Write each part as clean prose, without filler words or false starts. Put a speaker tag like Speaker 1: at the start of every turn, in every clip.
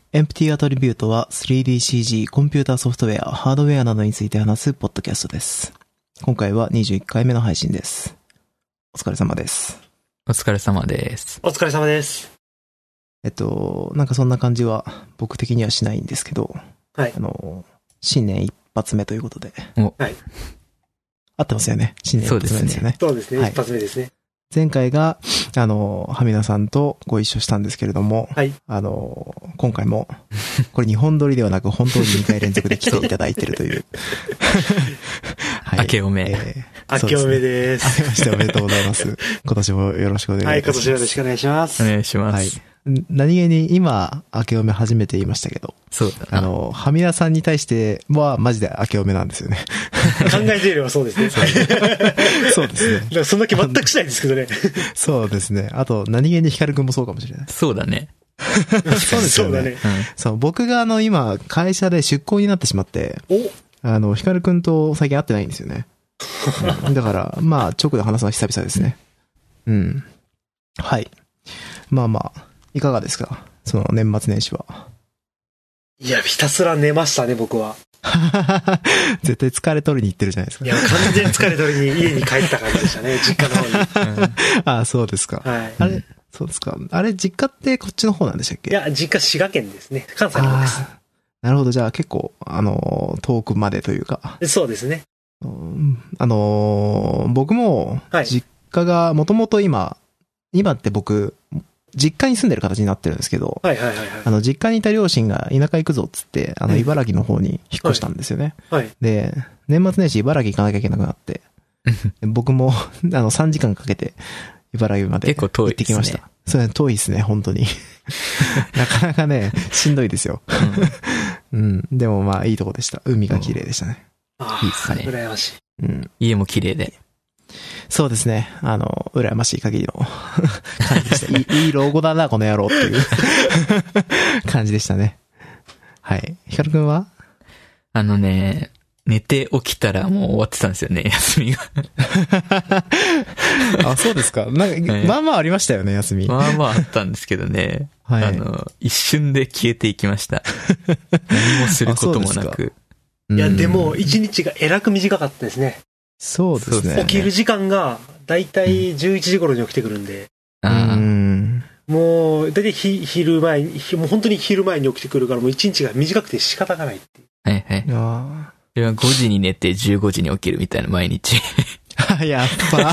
Speaker 1: エンプティアトリビュートは 3DCG、コンピューターソフトウェア、ハードウェアなどについて話すポッドキャストです。今回は21回目の配信です。お疲れ様です。
Speaker 2: お疲れ様です。
Speaker 3: お疲れ様です。
Speaker 1: なんかそんな感じは僕的にはしないんですけど、
Speaker 3: はい。
Speaker 1: 新年一発目ということで。
Speaker 3: はい。
Speaker 1: 合ってますよね。新年一発目ですよね。
Speaker 3: そうですね。
Speaker 1: はい、
Speaker 3: 一発目ですね。
Speaker 1: 前回が、はみなさんとご一緒したんですけれども、
Speaker 3: はい。
Speaker 1: 今回も、これ2本撮りではなく本当に2回連続で来ていただいているという。
Speaker 2: はい。明けおめ。
Speaker 3: 明けおめです。
Speaker 1: 明けましておめでとうございます。今年もよろしくお願いします。
Speaker 3: はい、今年もよろしくお願いします。
Speaker 2: お願いします。はい。
Speaker 1: 何気に今、明けおめ初めて言いましたけど。
Speaker 2: そうだな。
Speaker 1: はみなさんに対しては、マジで明けおめなんですよね。
Speaker 3: 考えていればそうですね。
Speaker 1: そうですね。
Speaker 3: だからそんな気全くしないんですけどね。
Speaker 1: そうですね。あと、何気にヒカルくんもそうかもしれない。
Speaker 2: そうだね。
Speaker 1: そうですよね。そうだね。そう、僕が今、会社で出向になってしまって、ヒカルくんと最近会ってないんですよね。だから、まあ、直で話すのは久々ですね。うん。はい。まあまあ、いかがですか？その年末年始は。
Speaker 3: いや、ひたすら寝ましたね、僕は。
Speaker 1: 絶対疲れ取りに行ってるじゃないですか。
Speaker 3: いや、完全に疲れ取りに家に帰った感じでしたね、実家の方に。
Speaker 1: ああ、そうですか。
Speaker 3: はい。
Speaker 1: あれ、そうですか。あれ、実家ってこっちの方なんでしたっけ？
Speaker 3: いや、実家滋賀県ですね。関西の方です。
Speaker 1: なるほど。じゃあ結構、遠くまでというか。
Speaker 3: そうですね。
Speaker 1: 僕も、実家がもともと今って僕、実家に住んでる形になってるんですけど、
Speaker 3: はいはいはいはい。
Speaker 1: 実家にいた両親が田舎行くぞっつって、茨城の方に引っ越したんですよね。
Speaker 3: はい。
Speaker 1: で、年末年始茨城行かなきゃいけなくなって、僕も、3時間かけて、茨城まで行ってきました。結構遠いですね。それ遠いですね、本当に。なかなかね、しんどいですよ。うん。でもまあ、いいとこでした。海が綺麗でしたね。
Speaker 3: いいですね。羨ましい。
Speaker 1: うん。
Speaker 2: 家も綺麗で。
Speaker 1: そうですね。羨ましい限りの感じでした。いい老後だな、この野郎っていう感じでしたね。はい。ヒカルくんは？
Speaker 2: 寝て起きたらもう終わってたんですよね、休みが。
Speaker 1: あ、そうですか。なんか、まあまあありましたよね、休み。
Speaker 2: まあまああったんですけどね。はい。一瞬で消えていきました。何もすることもなく。
Speaker 3: いや、でも、一日がえらく短かったですね。
Speaker 1: そうですね。
Speaker 3: 起きる時間が、だいたい11時頃に起きてくるんで。もう、だいたい昼前に、もう本当に昼前に起きてくるから、もう一日が短くて仕方がないっていう。
Speaker 2: はいはい。それは5時に寝て15時に起きるみたいな毎日。
Speaker 1: やっぱ。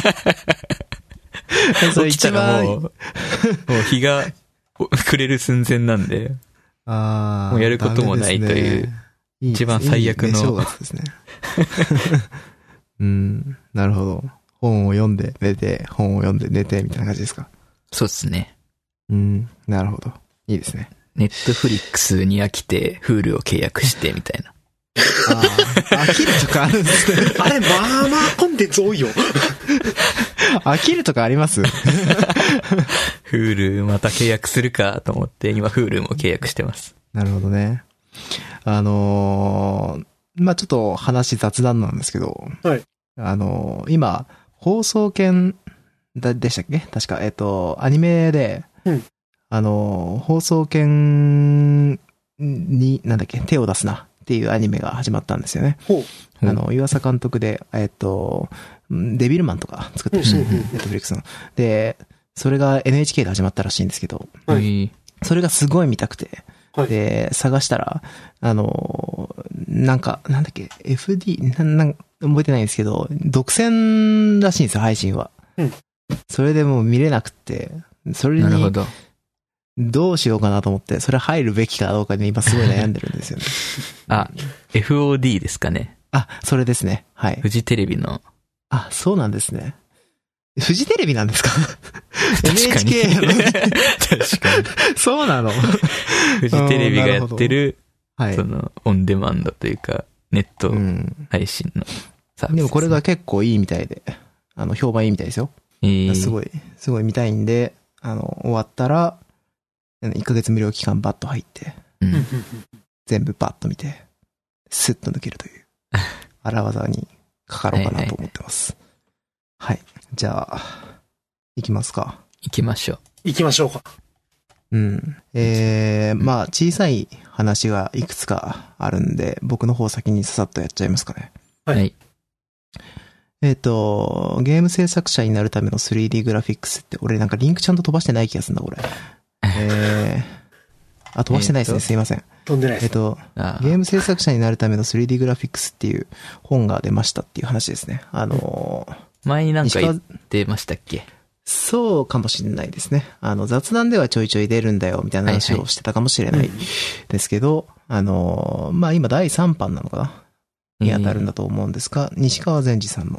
Speaker 2: 起きたらもう日が暮れる寸前なんで、もうやることもないという、一番最悪の。
Speaker 1: 正月ですね。なるほど。本を読んで寝て、本を読んで寝てみたいな感じですか？
Speaker 2: そうですね。
Speaker 1: なるほど。いいですね。
Speaker 2: ネットフリックスに飽きて、フールを契約してみたいな。
Speaker 1: 飽きるとかあるんですね。
Speaker 3: あれ、まあまあコンテンツ多いよ。
Speaker 1: 飽きるとかあります？
Speaker 2: フールまた契約するかと思って、今フールも契約してます。
Speaker 1: なるほどね。まあ、ちょっと話雑談なんですけど、
Speaker 3: はい。
Speaker 1: 今、放送権でしたっけ？確か、アニメで、放送権に、なんだっけ、手を出すなっていうアニメが始まったんですよね。岩佐監督で、デビルマンとか作ってる人、ネットフリックスの。で、それが NHK で始まったらしいんですけど、それがすごい見たくて、で、探したら、なんだっけ、FD、覚えてないんですけど、独占らしいんですよ、配信は。それでもう見れなくて、それに、どうしようかなと思って、それ入るべきかどうかに今すごい悩んでるんですよね。
Speaker 2: FOD ですかね。
Speaker 1: それですね。はい。
Speaker 2: フジテレビの。
Speaker 1: そうなんですね。フジテレビなんですか？
Speaker 2: NHK
Speaker 1: 確かに。そうなの？
Speaker 2: フジテレビがやってる、その、オンデマンドというか、ネット配信のサービス。
Speaker 1: でもこれが結構いいみたいで、評判いいみたいですよ。すごい見たいんで、終わったら、1ヶ月無料期間バッと入って、全部バッと見て、スッと抜けるという、荒技にかかろうかなと思ってます。はい。じゃあ、行きますか。
Speaker 2: 行きましょう。
Speaker 3: 行きましょうか。
Speaker 1: うん。まあ、小さい話がいくつかあるんで、僕の方先にささっとやっちゃいますかね。
Speaker 2: はい。
Speaker 1: ゲーム制作者になるための 3D グラフィックスって、俺なんかリンクちゃんと飛ばしてない気がするんだ、これ。飛ばしてないですね、すいません。
Speaker 3: 飛んでないです。
Speaker 1: ゲーム制作者になるための 3D グラフィックスっていう本が出ましたっていう話ですね。
Speaker 2: 前になんか言ってましたっけ？
Speaker 1: そうかもしれないですね。雑談ではちょいちょい出るんだよ、みたいな話をしてたかもしれないですけど、まあ今第3版なのかなに当たるんだと思うんですが、西川善治さんの、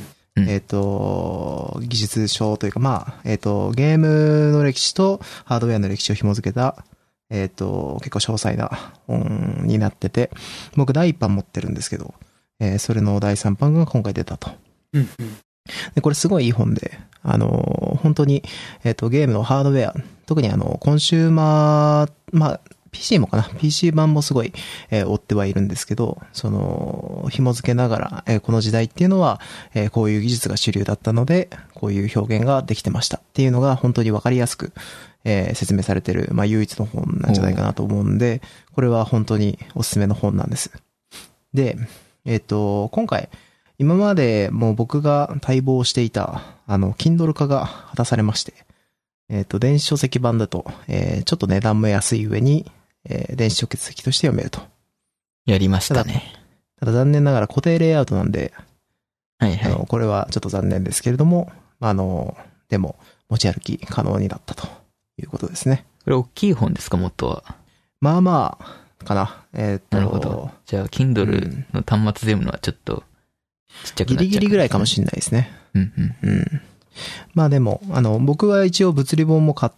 Speaker 1: 技術書というか、まあ、ゲームの歴史とハードウェアの歴史を紐付けた、結構詳細な本になってて、僕第1版持ってるんですけど、それの第3版が今回出たと。で、これすごいいい本で、本当に、ゲームのハードウェア、特にコンシューマー、まあ、PC もかな ?PC 版もすごい、追ってはいるんですけど、紐付けながら、この時代っていうのは、こういう技術が主流だったので、こういう表現ができてましたっていうのが本当にわかりやすく、説明されてる、まあ、唯一の本なんじゃないかなと思うんで、これは本当におすすめの本なんです。で、今回、今までもう僕が待望していた、Kindle 化が果たされまして、電子書籍版だと、ちょっと値段も安い上に、電子書籍として読めると。
Speaker 2: やりましたね。
Speaker 1: ただ残念ながら固定レイアウトなんで、
Speaker 2: はいはい。
Speaker 1: これはちょっと残念ですけれども、でも持ち歩き可能になったということですね。
Speaker 2: これ大きい本ですか、元は。
Speaker 1: まあまあ、かな。
Speaker 2: なるほど。じゃあ、Kindle の端末で読むのはちょっとちっちゃくなっちゃう、
Speaker 1: ギリギリぐらいかもしれないですね。まあでも、僕は一応物理本も買って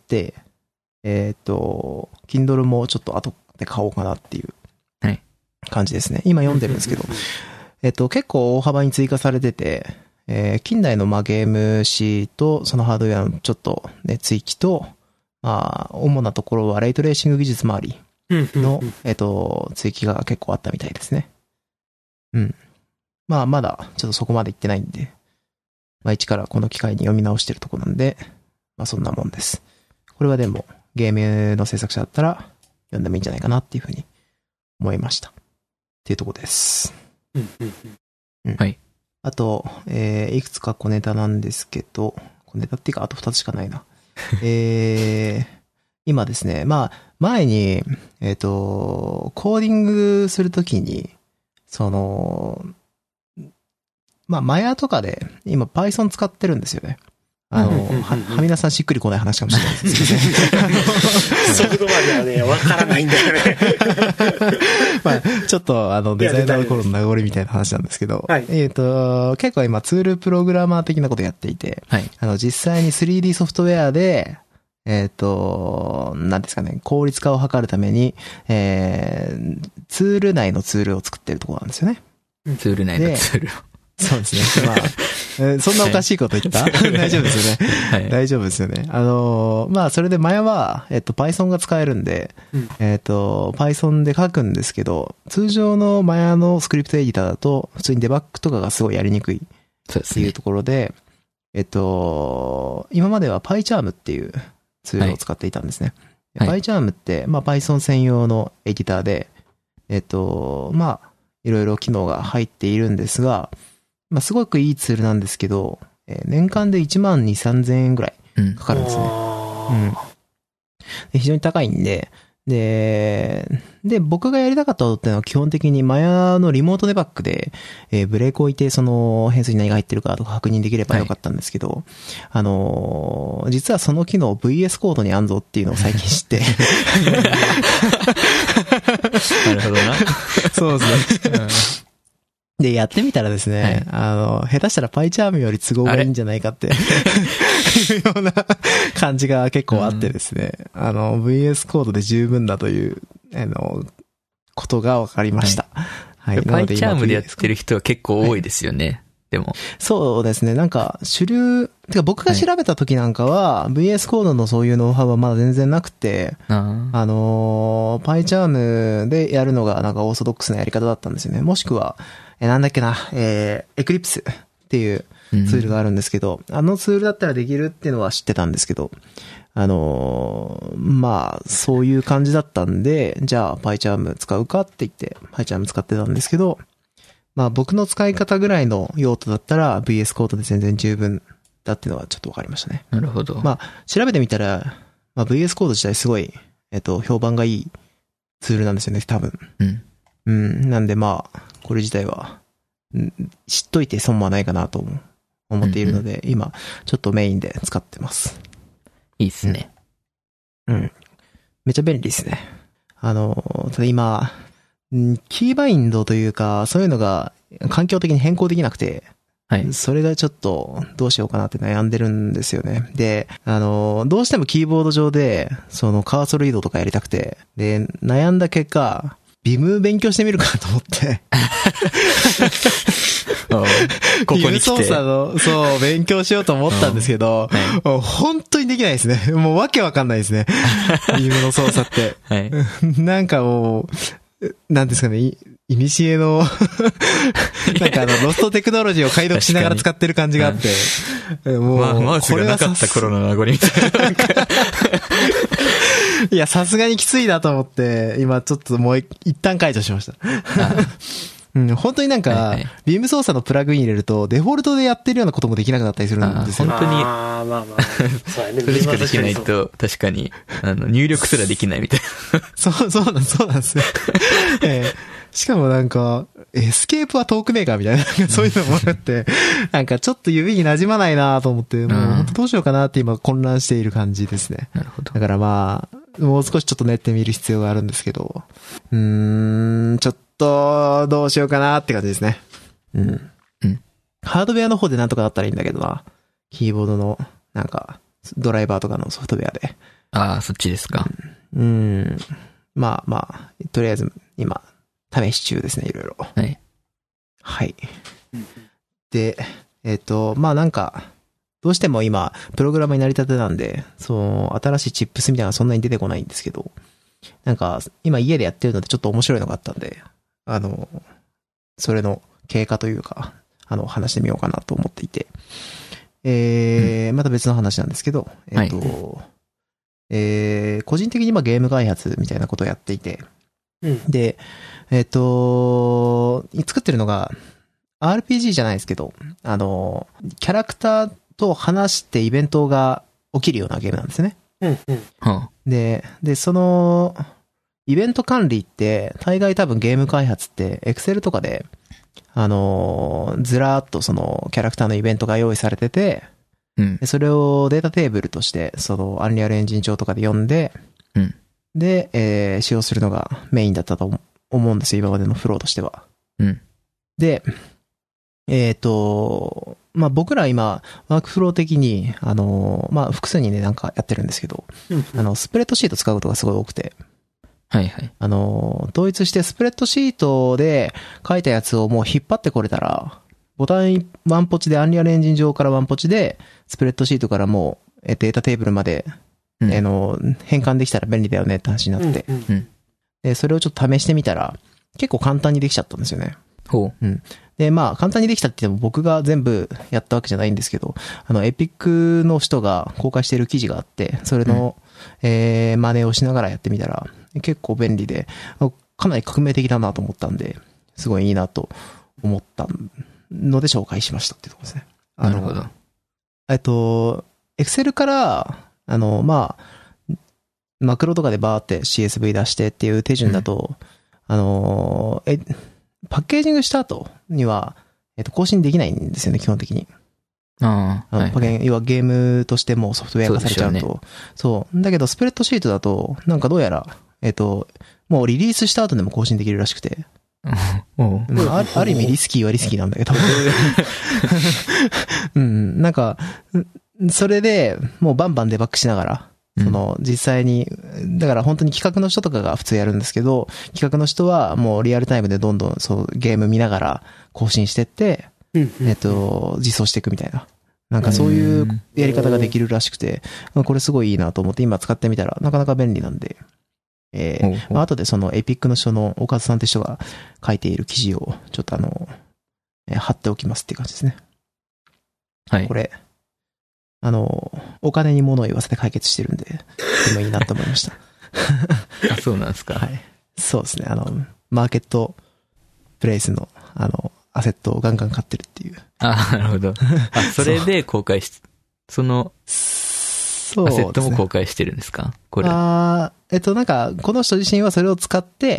Speaker 1: 、Kindle もちょっと後で買おうかなっていう感じですね。今読んでるんですけど、結構大幅に追加されてて、近代のゲーム誌とそのハードウェアのちょっとね、追記と、まあ、主なところはレイトレーシング技術周りの、追記が結構あったみたいですね。まあ、まだちょっとそこまで行ってないんで、まあ一からこの機会に読み直してるとこなんで、まあそんなもんです。これはでもゲームの制作者だったら読んでもいいんじゃないかなっていうふうに思いました。っていうとこです。
Speaker 2: はい。
Speaker 1: あと、いくつか小ネタなんですけど、小ネタっていうかあと2つしかないな。今ですね、まあ前に、コーディングするときに、まあ、マヤとかで、今 Python 使ってるんですよね。はみなさんしっくりこない話かもしれないですけどね。
Speaker 3: 速度まではね、わからないんだよね。
Speaker 1: まあ、ちょっとデザイナーの頃の名残みたいな話なんですけど、
Speaker 3: はい、
Speaker 1: 結構今ツールプログラマー的なことやっていて、
Speaker 2: はい、
Speaker 1: 実際に 3D ソフトウェアで、なんですかね、効率化を図るために、ツール内のツールを作ってるところなんですよね。
Speaker 2: ツール内のツールを。
Speaker 1: そうですね。まあ、そんなおかしいこと言った、はい、大丈夫ですよね。はい、大丈夫ですよね。まあ、それでMayaは、Python が使えるんで、Python で書くんですけど、通常のMayaのスクリプトエディターだと、普通にデバッグとかがすごいやりにくいっていうところで、今までは PyCharm っていうツールを使っていたんですね。はい、PyCharm って、まあ、Python 専用のエディターで、まあ、いろいろ機能が入っているんですが、まあ、すごくいいツールなんですけど、年間で1万2、3000円ぐらいかかるんですね。で非常に高いんで、で、僕がやりたかったことっていうのは基本的にMayaのリモートデバッグで、ブレークを置いてその変数に何が入ってるかとか確認できればよかったんですけど、はい、実はその機能 VS コードにあんぞっていうのを最近知って。
Speaker 2: なるほどな。
Speaker 1: そうですね。で、やってみたらですね、はい、下手したら PyCharm より都合がいいんじゃないかって、いうような感じが結構あってですね、VS コードで十分だという、ことが分かりました。
Speaker 2: はい。PyCharm でやってる人は結構多いですよね。はい、でも。
Speaker 1: そうですね。なんか、主流、てか僕が調べた時なんかは、VS コードのそういうノウハウはまだ全然なくて、PyCharm でやるのがなんかオーソドックスなやり方だったんですよね。もしくは、なんだっけな、Eclipse っていうツールがあるんですけど、あのツールだったらできるっていうのは知ってたんですけど、 まあ、そういう感じだったんで、じゃあ PyCharm 使うかって言って PyCharm 使ってたんですけど、まあ僕の使い方ぐらいの用途だったら VS コードで全然十分だっていうのはちょっとわかりましたね。
Speaker 2: なるほど。
Speaker 1: まあ、調べてみたら、まあ VS コード自体すごい、評判がいいツールなんですよね、多分。うん。なんでまあ、これ自体は、知っといて損はないかなと思っているので、今、ちょっとメインで使ってます。
Speaker 2: いいっすね。
Speaker 1: うん。めっちゃ便利ですね。ただ今、キーバインドというか、そういうのが環境的に変更できなくて、
Speaker 2: はい。
Speaker 1: それがちょっとどうしようかなって悩んでるんですよね。で、どうしてもキーボード上で、そのカーソル移動とかやりたくて、で、悩んだ結果、ビム勉強してみるかと思って。
Speaker 2: ここに来て。
Speaker 1: ビム操作の、そう、勉強しようと思ったんですけど、はい、本当にできないですね。もうわけわかんないですね。ビムの操作って。
Speaker 2: はい、
Speaker 1: なんかもう、なんですかね、いにしえの、なんかロストテクノロジーを解読しながら使ってる感じがあって、
Speaker 2: もう、まあ、マウスがなかった頃の名残みたいな。
Speaker 1: いや、さすがにきついなと思って、今ちょっともう一旦解除しました。うん、本当になんか、はいはい、ビーム操作のプラグイン入れると、デフォルトでやってるようなこともできなくなったりするんですよ。
Speaker 2: 本当に。
Speaker 3: まあまあ。そうやね。
Speaker 2: それしかできないと、確かに、入力すらできないみたいな。
Speaker 1: そうなんですよ。しかもなんか、エスケープはトークメーカーみたいな、そういうのもあって、なんかちょっと指に馴染まないなと思って、もう本当どうしようかなって今混乱している感じですね。
Speaker 2: なるほど。
Speaker 1: だからまあ、もう少しちょっと練ってみる必要があるんですけど、ちょっと、どうしようかなって感じですね。うん。ハードウェアの方でなんとかだったらいいんだけどな。キーボードの、なんか、ドライバーとかのソフトウェアで。
Speaker 2: ああ、そっちですか。
Speaker 1: まあ、とりあえず、今、試し中ですね、いろいろ。
Speaker 2: はい。
Speaker 1: はい。で、まあなんか、どうしても今、プログラムになりたてなんで、新しいチップスみたいなのがそんなに出てこないんですけど、なんか、今家でやってるのでちょっと面白いのがあったんで、それの経過というか、話してみようかなと思っていて、また別の話なんですけど、個人的に今ゲーム開発みたいなことをやっていて、で、作ってるのが、RPG じゃないですけど、キャラクターと話してイベントが起きるようなゲームなんですね。で、その、イベント管理って、大概多分ゲーム開発って、Excel とかで、ずらーっとそのキャラクターのイベントが用意されてて、でそれをデータテーブルとして、その、アンリアルエンジン上とかで読んで、で、使用するのがメインだったと思うんですよ、今までのフローとしては。で、まあ、僕ら今、ワークフロー的に、まあ、複数人でなんかやってるんですけど、スプレッドシート使うことがすごい多くて、
Speaker 2: はいはい。
Speaker 1: 統一してスプレッドシートで書いたやつをもう引っ張ってこれたら、ボタンワンポチで、アンリアルエンジン上からワンポチで、スプレッドシートからもう、データテーブルまで、変換できたら便利だよねって話になって、で、それをちょっと試してみたら、結構簡単にできちゃったんですよね。で、まあ、簡単にできたって言っても僕が全部やったわけじゃないんですけど、エピックの人が公開している記事があって、それの、真似をしながらやってみたら、結構便利で、かなり革命的だなと思ったんで、すごいいいなと思ったので紹介しましたっていうところですね。
Speaker 2: なるほど。
Speaker 1: Excel から、まあ、マクロとかでバーって CSV 出してっていう手順だと、パッケージングした後には、更新できないんですよね、基本的に。要はゲームとしてもソフトウェア化されちゃうと。そう。だけど、スプレッドシートだと、なんかどうやら、もうリリースした後でも更新できるらしくて。ある意味リスキーはリスキーなんだけど。なんか、それで、もうバンバンデバッグしながら、実際に、だから本当に企画の人とかが普通やるんですけど、企画の人はもうリアルタイムでどんどんゲーム見ながら更新してって、実装していくみたいな。なんかそういうやり方ができるらしくて、これすごいいいなと思って今使ってみたらなかなか便利なんで、後でそのエピックの人の岡津さんって人が書いている記事をちょっと貼っておきますっていう感じですね。
Speaker 2: はい。
Speaker 1: これ、 お金に物を言わせて解決してるんで、でもいいなと思いました。
Speaker 2: あ、そうなんですか。
Speaker 1: はい。そうですね。マーケットプレイスの、アセットをガンガン買ってるっていう。
Speaker 2: あ、なるほど。あ、それで公開し、その、
Speaker 1: そうですね。
Speaker 2: アセットも公開してるんですかこれ。
Speaker 1: なんか、この人自身はそれを使って、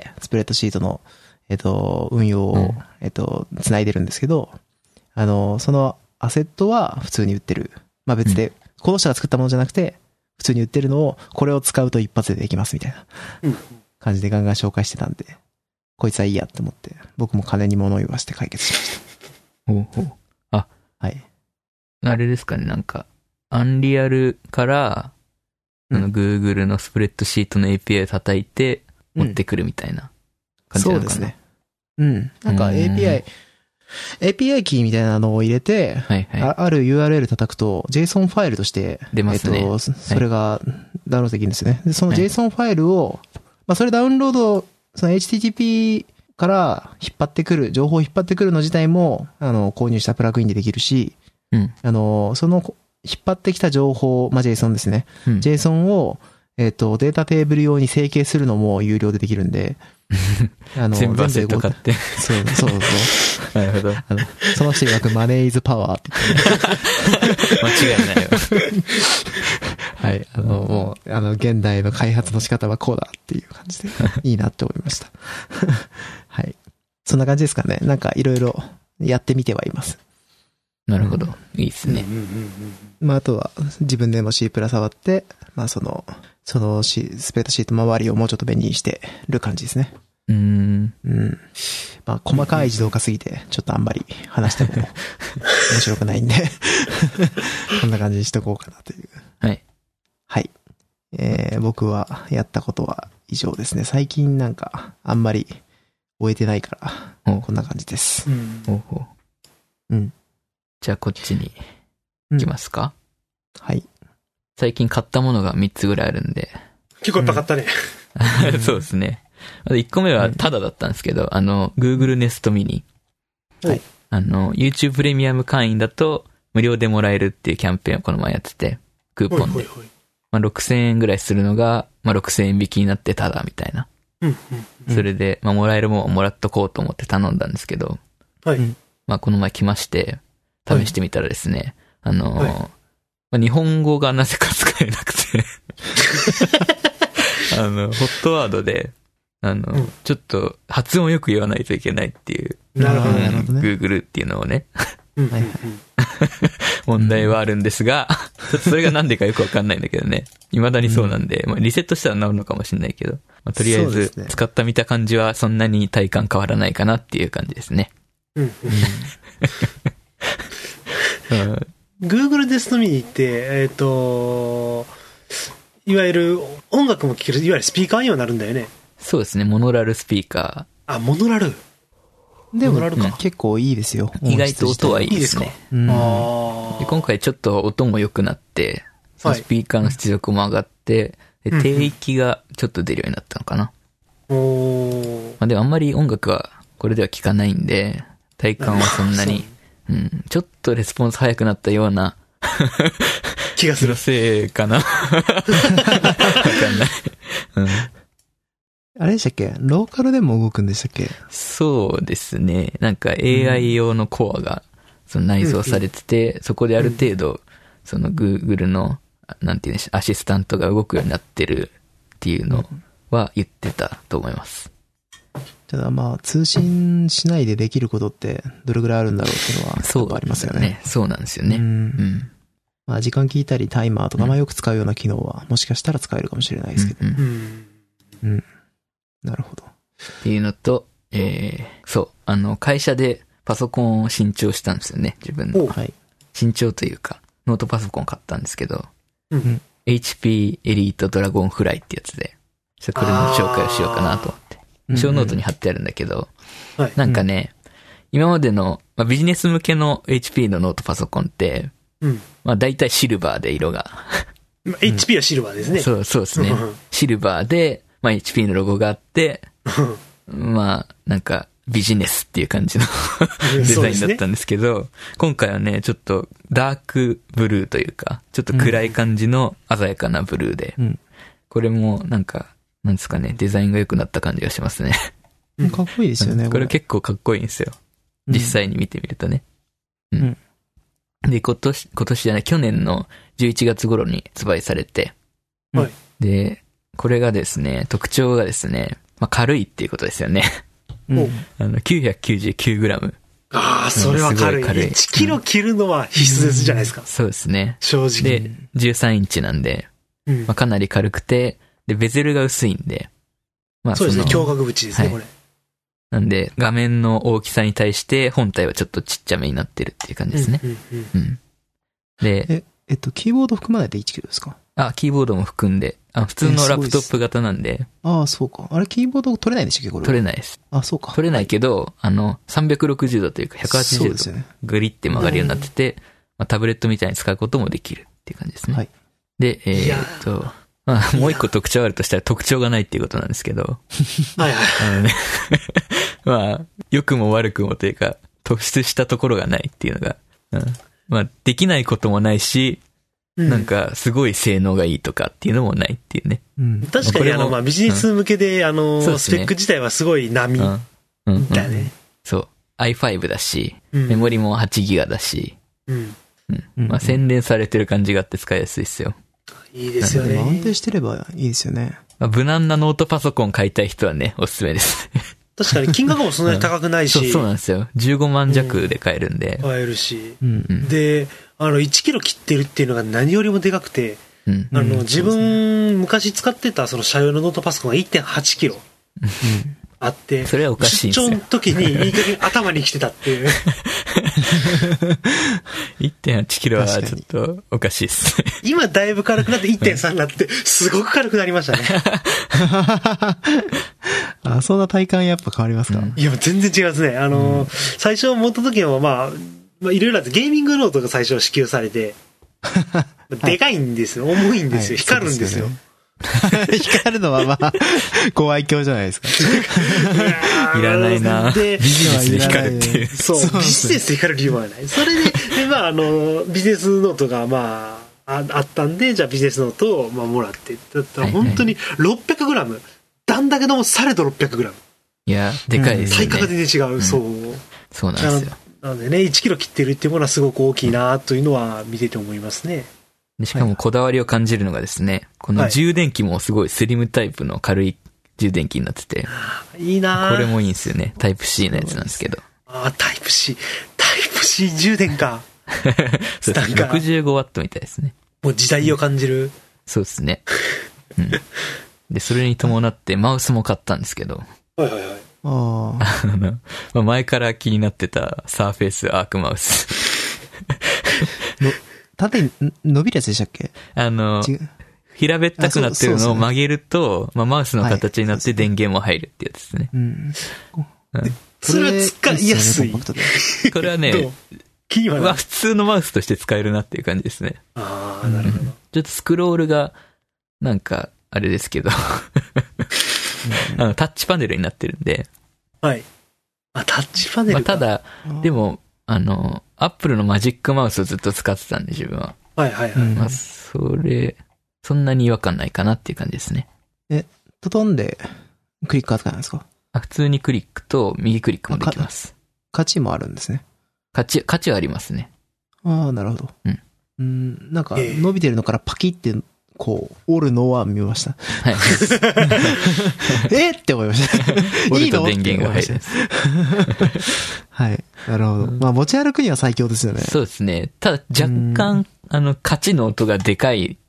Speaker 1: スプレッドシートの、運用を、繋いでるんですけど、そのアセットは普通に売ってる。まあ別で、この人が作ったものじゃなくて、普通に売ってるのを、これを使うと一発でできますみたいな感じでガンガン紹介してたんで、こいつはいいやって思って、僕も金に物を言わせて解決しました。
Speaker 2: ほうほう。あ、
Speaker 1: はい。
Speaker 2: あれですかね、なんか、アンリアルから、Google のスプレッドシートの API を叩いて、持ってくるみたいな感じなのかな。
Speaker 1: そうですね。うん。なんか API キーみたいなのを入れて、
Speaker 2: はいはい、
Speaker 1: ある URL 叩くと JSON ファイルとして
Speaker 2: 出ますね。
Speaker 1: それがダウンロードできるんですよね。でその JSON ファイルを、まあそれダウンロード、その HTTP から引っ張ってくる、情報を引っ張ってくるの自体も、購入したプラグインでできるし、
Speaker 2: うん、
Speaker 1: その引っ張ってきた情報、まあ JSON ですね。
Speaker 2: うん、
Speaker 1: JSON を、データテーブル用に整形するのも有料でできるんで、
Speaker 2: 全部アセット買って。
Speaker 1: そう。
Speaker 2: なるほど。
Speaker 1: その人曰くマネーイズパワーって
Speaker 2: 言って、間違いないよ。
Speaker 1: はい。もう、現代の開発の仕方はこうだっていう感じで、いいなって思いました。はい。そんな感じですかね。なんかいろいろやってみてはいます。
Speaker 2: なるほど。いいですね。
Speaker 1: まあ、あとは、自分でも C プラ触って、まあ、スプレッドシート周りをもうちょっと便利にしてる感じですね。うん。まあ、細かい自動化すぎて、ちょっとあんまり話しても面白くないんで、こんな感じにしとこうかなという。
Speaker 2: はい。
Speaker 1: はい。僕はやったことは以上ですね。最近なんか、あんまり終えてないから、こんな感じです。うん。
Speaker 2: じゃあこっちに行きますか、
Speaker 1: はい。
Speaker 2: 最近買ったものが3つぐらいあるんで。
Speaker 3: 結構いっぱい買ったね。
Speaker 2: そうですね。1個目はタダだったんですけど、Google Nest Mini。
Speaker 1: はい。
Speaker 2: YouTube プレミアム会員だと無料でもらえるっていうキャンペーンをこの前やってて、クーポンで。まあ、6000円ぐらいするのが、まあ、6000円引きになってタダみたいな。それで、まあ、もらえるもんもらっとこうと思って頼んだんですけど、
Speaker 3: はい。
Speaker 2: まあ、この前来まして、試してみたらですね、まあ、日本語がなぜか使えなくてHOT ワードで、ちょっと発音よく言わないといけないっていう。
Speaker 3: なるほどね。
Speaker 2: Google っていうのをね。問題はあるんですが、ちょっとそれがなんでかよくわかんないんだけどね。未だにそうなんで、まあ、リセットしたら治るのかもしれないけど、まあ、とりあえず使った見た感じはそんなに体感変わらないかなっていう感じですね。
Speaker 3: Google デストミニって、いわゆる音楽も聴ける、いわゆるスピーカーにはなるんだよね。
Speaker 2: そうですね、モノラルスピーカ
Speaker 3: ー。あ、モノラル。
Speaker 1: でも、結構いいですよ。
Speaker 2: 意外と音はいいですね。
Speaker 3: で
Speaker 2: 今回ちょっと音も良くなって、そのスピーカーの出力も上がって、低域がちょっと出るようになったのかな。まあ、でもあんまり音楽はこれでは聴かないんで、体感はそんなに、ちょっとレスポンス早くなったような
Speaker 3: 気がする。
Speaker 2: せいかなわかんない。
Speaker 1: あれでしたっけ？ローカルでも動くんでしたっけ？
Speaker 2: そうですね。なんか AI 用のコアがその内蔵されてて、そこである程度、その Google の、なんていうんでしょう、アシスタントが動くようになってるっていうのは言ってたと思います。
Speaker 1: ただまあ、通信しないでできることってどれぐらいあるんだろうっていうのは、そうありますよね。
Speaker 2: そうなんですよね。
Speaker 1: まあ、時間聞いたりタイマーとか、まあよく使うような機能は、もしかしたら使えるかもしれないですけど。なるほど。
Speaker 2: っていうのと、そう、会社でパソコンを新調したんですよね、自分の。
Speaker 1: はい。
Speaker 2: 新調というか、ノートパソコン買ったんですけど、HP エリートドラゴンフライってやつで、これの紹介をしようかなと思って。小ノートに貼ってあるんだけど、なんかね、今までの、まあ、ビジネス向けの HP のノートパソコンって、まあ大体シルバーで色が。
Speaker 3: HP はシルバーですね。
Speaker 2: そうですね。シルバーで、まあ HP のロゴがあって、まあなんかビジネスっていう感じのデザインだったんですけど、今回はね、ちょっとダークブルーというか、ちょっと暗い感じの鮮やかなブルーで、これもなんか、なんですかね、デザインが良くなった感じがしますね。
Speaker 1: かっこいいですよね。
Speaker 2: これ結構かっこいいんですよ。実際に見てみるとね。で、今年じゃない、去年の11月頃に発売されて、で、これがですね、特徴がですね、軽いっていうことですよね。999g。
Speaker 3: ああ、それは軽い。1キロ切るのは必須ですじゃないですか。
Speaker 2: そうですね。
Speaker 3: 正直。
Speaker 2: で、13インチなんで、かなり軽くて、で、ベゼルが薄いんで、
Speaker 3: そうですね、胸郭縁ですね、これ。
Speaker 2: なんで、画面の大きさに対して本体はちょっとちっちゃめになってるっていう感じですね。で、
Speaker 1: キーボード含まないで1キロですか？
Speaker 2: キーボードも含んで、普通のラップトップ型なんで。
Speaker 1: そうか。あれ、キーボード取れないんでしたっけ、これ。
Speaker 2: 取れないです。
Speaker 1: そうか。
Speaker 2: 取れないけど、360度というか180度、グリって曲がるようになってて、タブレットみたいに使うこともできるっていう感じですね。はい。で、もう一個特徴あるとしたら特徴がないっていうことなんですけど。
Speaker 3: はい
Speaker 2: はい。良くも悪くもというか、突出したところがないっていうのが、できないこともないし、なんか、すごい性能がいいとかっていうのもないっていうね。
Speaker 3: 確かに、ビジネス向けで、スペック自体はすごい波だね。
Speaker 2: そう。i5 だし、メモリも8ギガだし、洗練されてる感じがあって使いやすいですよ。
Speaker 3: いいですよね。
Speaker 1: 安定してればいいですよね。
Speaker 2: 無難なノートパソコン買いたい人はね、おすすめです。
Speaker 3: 確かに金額もそんなに高くないし。
Speaker 2: そうなんですよ。15万弱で買えるんで。
Speaker 3: 買えるし。で、1キロ切ってるっていうのが何よりもでかくて、自分、昔使ってたその社用のノートパソコンが 1.8 キロあって、
Speaker 2: それはおかしいんですよ。
Speaker 3: 出張の時にいい加減頭に来てたっていう。
Speaker 2: 1.8 キロはちょっとおかしいっす。
Speaker 3: 今だいぶ軽くなって 1.3 になって、すごく軽くなりましたね。
Speaker 1: そんな体感やっぱ変わりますか？
Speaker 3: いや、全然違いますね。最初持った時はいろいろあって、ゲーミングノートが最初支給されて、でかいんですよ。重いんですよ。光るんですよ。
Speaker 1: 光るのはご愛嬌じゃないですか。
Speaker 2: いらないな。ビジネスで光るっていう。
Speaker 3: そう、ビジネスで光る理由はない。それで、ビジネスノートがあったんで、じゃあビジネスノートをもらって。だったら本当に 600g。なんだけども、されど 600g。
Speaker 2: いや、でかいですね。
Speaker 3: 体感が全然違う。そう
Speaker 2: なんですよ。
Speaker 3: なのでね、1キロ切ってるっていうものはすごく大きいなというのは見てて思いますね。
Speaker 2: でしかもこだわりを感じるのがですね、この充電器もすごいスリムタイプの軽い充電器になってて。
Speaker 3: いいな。
Speaker 2: これもいいんですよね。タイプ C のやつなんですけど。
Speaker 3: タイプ C 充電か。
Speaker 2: そうです。65W みたいですね。
Speaker 3: もう時代を感じる。
Speaker 2: そうですね。で、それに伴ってマウスも買ったんですけど。前から気になってたサーフェイスアークマウス。
Speaker 1: 縦に伸びるやつでしたっけ？
Speaker 2: 平べったくなってるのを曲げると、マウスの形になって電源も入るってやつですね。
Speaker 3: それは使いやすい。
Speaker 2: これはね、普通のマウスとして使えるなっていう感じですね。
Speaker 3: なるほど。
Speaker 2: ちょっとスクロールが、なんか、あれですけど、タッチパネルになってるんで。
Speaker 3: はい。タッチパネルか。
Speaker 2: ただ、でも、アップルのマジックマウスをずっと使ってたんで、自分は。そんなに違和感ないかなっていう感じですね。
Speaker 1: 飛んで、クリック扱いなんですか？
Speaker 2: 普通にクリックと右クリックもできます。
Speaker 1: 価値もあるんですね。
Speaker 2: 価値はありますね。
Speaker 1: なるほど。なんか、伸びてるのからパキって、折るのは見ました。はい。って思いました。
Speaker 2: 折ると電源が入る。
Speaker 1: はい。なるほど。持ち歩くには最強ですよね。
Speaker 2: そうですね。ただ、若干、カチの音がでかい。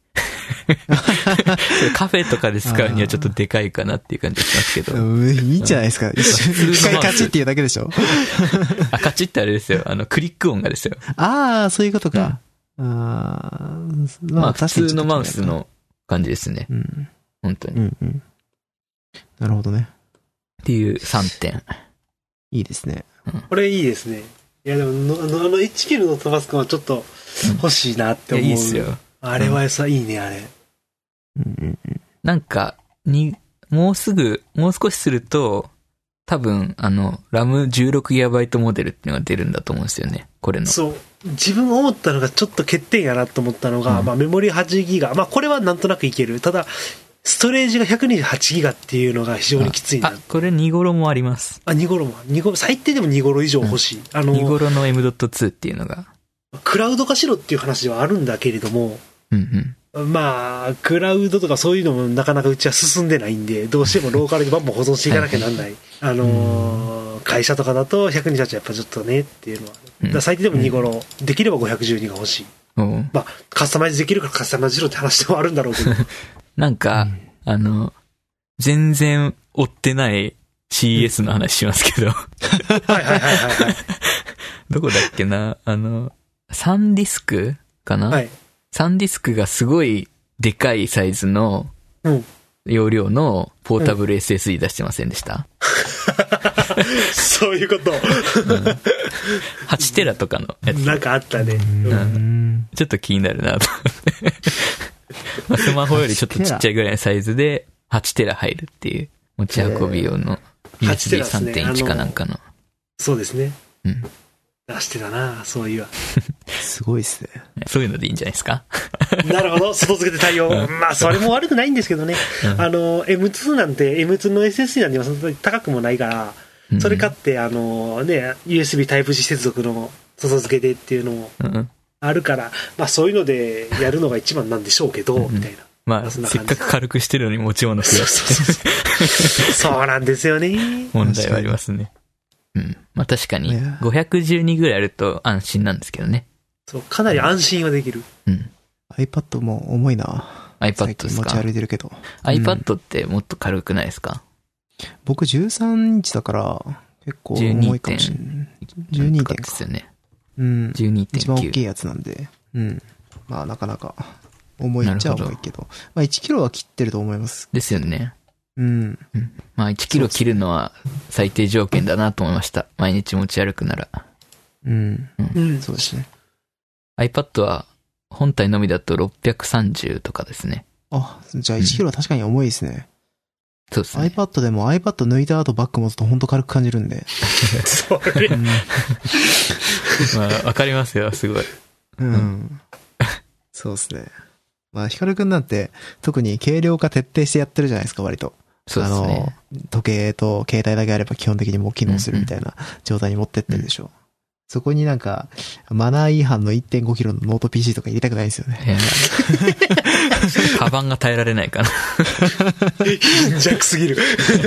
Speaker 2: カフェとかで使うにはちょっとでかいかなっていう感じがしますけど。
Speaker 1: いいんじゃないですか。一回カチっていうだけでしょ。
Speaker 2: カチってあれですよ。クリック音がですよ。
Speaker 1: そういうことか。
Speaker 2: 普通のマウスの感じですね。本当に。
Speaker 1: なるほどね。
Speaker 2: っていう3点。
Speaker 1: いいですね。
Speaker 3: これいいですね。いやでも、1キロのトバスコはちょっと欲しいなって思う。
Speaker 2: いいっすよ。
Speaker 3: あれはさ、いいね、あれ。
Speaker 2: なんか、もう少しすると、 多分、RAM16GB モデルっていうのが出るんだと思うんですよね。これの。
Speaker 3: そう。自分思ったのがちょっと欠点やなと思ったのが、まあメモリ 8GB。まあこれはなんとなくいける。ただ、ストレージが 128GB っていうのが非常にきついな。
Speaker 2: これ2頃もあります。
Speaker 3: 2頃も。最低でも2頃以上欲しい。
Speaker 2: 2頃の M.2 っていうのが。
Speaker 3: クラウド化しろっていう話ではあるんだけれども、まあ、クラウドとかそういうのもなかなかうちは進んでないんで、どうしてもローカルにバンバン保存していかなきゃなんない。会社とかだと128はやっぱちょっとねっていうのは。だから最低でも2頃、できれば512が欲しい。まあ、カスタマイズできるからカスタマイズしろって話ではあるんだろうけど。
Speaker 2: なんか、全然追ってない CS の話しますけど。どこだっけなサンディスクかな、はい、サンディスクがすごいでかいサイズの容量のポータブル SSD 出してませんでした、
Speaker 3: そういうこと、
Speaker 2: 8テラとかのやつ。
Speaker 3: なんかあったね。
Speaker 2: ちょっと気になるなとまあスマホよりちょっとちっちゃいぐらいのサイズで8テラ入るっていう持ち運び用の USB3.1 かなんかの。
Speaker 3: そうですね。出してたな、そういう。
Speaker 1: すごいっすね。
Speaker 2: そういうのでいいんじゃないですか。
Speaker 3: なるほど、外付けで対応。まあ、それも悪くないんですけどね。M2 なんて、M2 の SSD なんてそんなに高くもないから、それ買って、USB Type-C 接続の外付けでっていうのもあるから、まあ、そういうのでやるのが一番なんでしょうけど、みたいな。
Speaker 2: まあ、せっかく軽くしてるのに持ち物増やして。
Speaker 3: そうなんですよね。
Speaker 2: 問題はありますね。まあ確かに、512ぐらいあると安心なんですけどね。
Speaker 3: そう、かなり安心はできる。
Speaker 1: iPad も重いな。
Speaker 2: iPad ですか。
Speaker 1: 持ち歩いてるけど。
Speaker 2: iPad ってもっと軽くないですか？
Speaker 1: 僕13インチだから、結構重いかもしれない。12点
Speaker 2: ですよね。
Speaker 1: 12.9。一番大きいやつなんで。まあなかなか重いっちゃ重いけど。まあ1キロは切ってると思います。
Speaker 2: ですよね。まあ1キロ切るのは最低条件だなと思いました。毎日持ち歩くなら。
Speaker 1: そうですね。
Speaker 2: iPad は本体のみだと630とかですね。
Speaker 1: あ、じゃあ1キロは確かに重いですね。
Speaker 2: そうですね。
Speaker 1: iPad でも iPad 抜いた後バッグ持つと本当軽く感じるんで。
Speaker 3: それ。
Speaker 2: まあわかりますよ、すごい。
Speaker 1: そうですね。まあヒカルくんなんて特に軽量化徹底してやってるじゃないですか、割と。
Speaker 2: そうですね。
Speaker 1: 時計と携帯だけあれば基本的にもう機能するみたいな状態に持ってってるでしょ。そこになんか、マナー違反の 1.5 キロのノート PC とか入れたくないんですよね。
Speaker 2: カバンが耐えられないかな。
Speaker 3: 貧弱すぎる。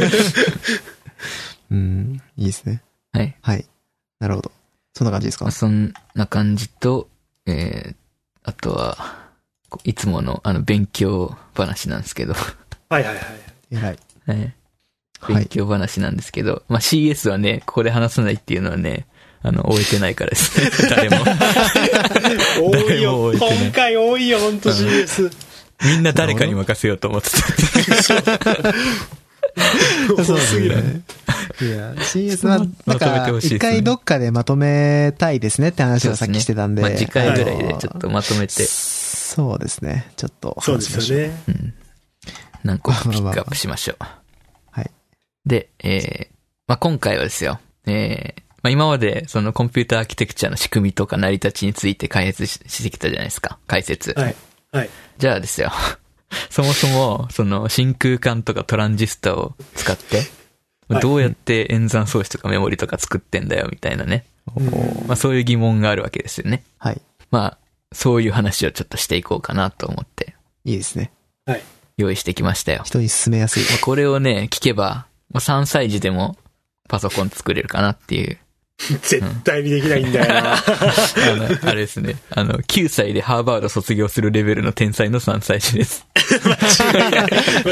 Speaker 1: いいですね。
Speaker 2: はい。
Speaker 1: はい。なるほど。そんな感じですか？
Speaker 2: そんな感じと、あとは、いつもの勉強話なんですけど。
Speaker 3: はい。
Speaker 1: 偉い。
Speaker 2: 勉強話なんですけど、まあ CS はね、ここで話さないっていうのはね、終えてないからですね。誰も。
Speaker 3: 多いよ。今回多いよ、ほんと CS。
Speaker 2: みんな誰かに任せようと思ってた。
Speaker 1: そうすぎる。いや、CS は、なんか、一回どっかでまとめたいですねって話をさっきしてたんで。
Speaker 2: まあ次回ぐらいでちょっとまとめて。
Speaker 1: そうですね。ちょっと
Speaker 3: 話しましょう。そうですよね。
Speaker 2: 何個かピックアップしましょう。
Speaker 1: はい。
Speaker 2: で、まあ今回はですよ。まあ今までそのコンピューターアーキテクチャの仕組みとか成り立ちについて解説してきたじゃないですか。解説。
Speaker 3: はい。
Speaker 2: じゃあですよ。そもそも、その真空管とかトランジスタを使って、どうやって演算装置とかメモリとか作ってんだよみたいなね。まあそういう疑問があるわけですよね。
Speaker 1: はい。
Speaker 2: まあ、そういう話をちょっとしていこうかなと思って。
Speaker 1: いいですね。
Speaker 3: はい。
Speaker 2: 用意してきましたよ。
Speaker 1: 人に勧めやすい。
Speaker 2: これをね、聞けば、3歳児でもパソコン作れるかなっていう。
Speaker 3: 絶対にできないんだよな。
Speaker 2: あれですね。9歳でハーバード卒業するレベルの天才の3歳児です。
Speaker 3: 間違いない。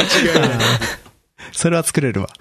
Speaker 1: それは作れるわ。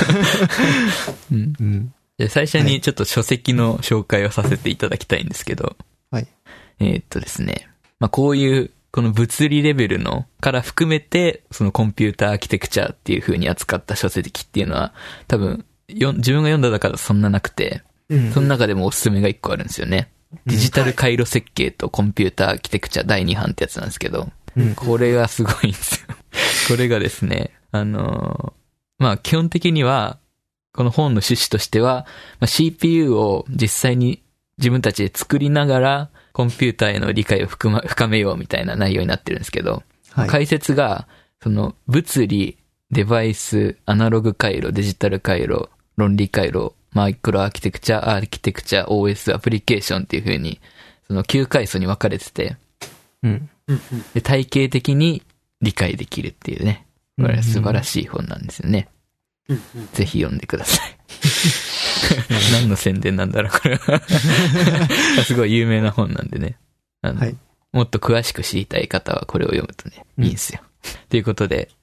Speaker 2: で最初にちょっと書籍の紹介をさせていただきたいんですけど。
Speaker 1: はい。
Speaker 2: ですね。まあ、こういう、この物理レベルのから含めて、そのコンピューターアーキテクチャっていう風に扱った書籍っていうのは、多分、自分が読んだ中でそんななくて、その中でもおすすめが1個あるんですよね。デジタル回路設計とコンピューターアーキテクチャ第2版ってやつなんですけど、これがすごいんですよ。これがですね、まあ基本的には、 この本の趣旨としては、CPU を実際に自分たちで作りながら、コンピューターへの理解を深めようみたいな内容になってるんですけど、はい、解説が、その物理、デバイス、アナログ回路、デジタル回路、論理回路、マイクロアーキテクチャ、OS、アプリケーションっていう風に、その9階層に分かれてて、で体系的に理解できるっていうね、これは素晴らしい本なんですよね。ぜひ読んでください。何の宣伝なんだろう、これは。すごい有名な本なんでね。はい、もっと詳しく知りたい方はこれを読むとね、いいんですよ。ということで、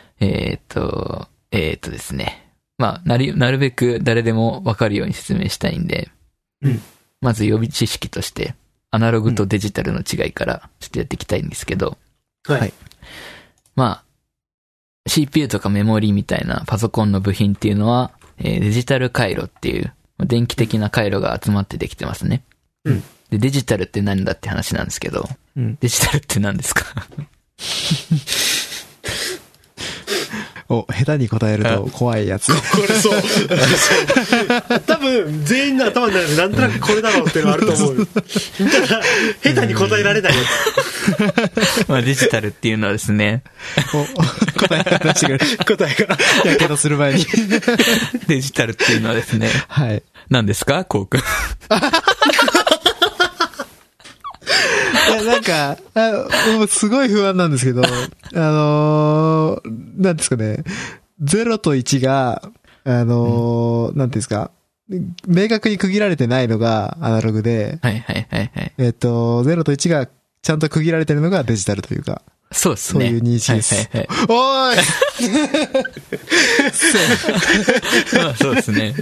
Speaker 2: ですね。なるべく誰でもわかるように説明したいんで、まず予備知識として、アナログとデジタルの違いからちょっとやっていきたいんですけど、
Speaker 3: はい。
Speaker 2: CPU とかメモリみたいなパソコンの部品っていうのは、デジタル回路っていう電気的な回路が集まってできてますね。で、デジタルって何だって話なんですけど、デジタルって何ですか？
Speaker 1: 下手に答えると怖いやつ。
Speaker 3: これそう。多分、全員の頭の中でなんとなくこれだろうっていうのがあると思う。ただ、下手に答えられないや
Speaker 2: つ。デジタルっていうのはですね。
Speaker 1: 答えが出してくれる。答えが。やけどする前に。
Speaker 2: デジタルっていうのはですね。
Speaker 1: はい。
Speaker 2: 何ですか？コウ君。
Speaker 1: いや、なんか、もうすごい不安なんですけど、なんですかね、0と1が、なんていうんですか、明確に区切られてないのがアナログで、0と1がちゃんと区切られてるのがデジタルというか、
Speaker 2: そうですね。
Speaker 1: そういう認識です。おーい
Speaker 2: そうですね。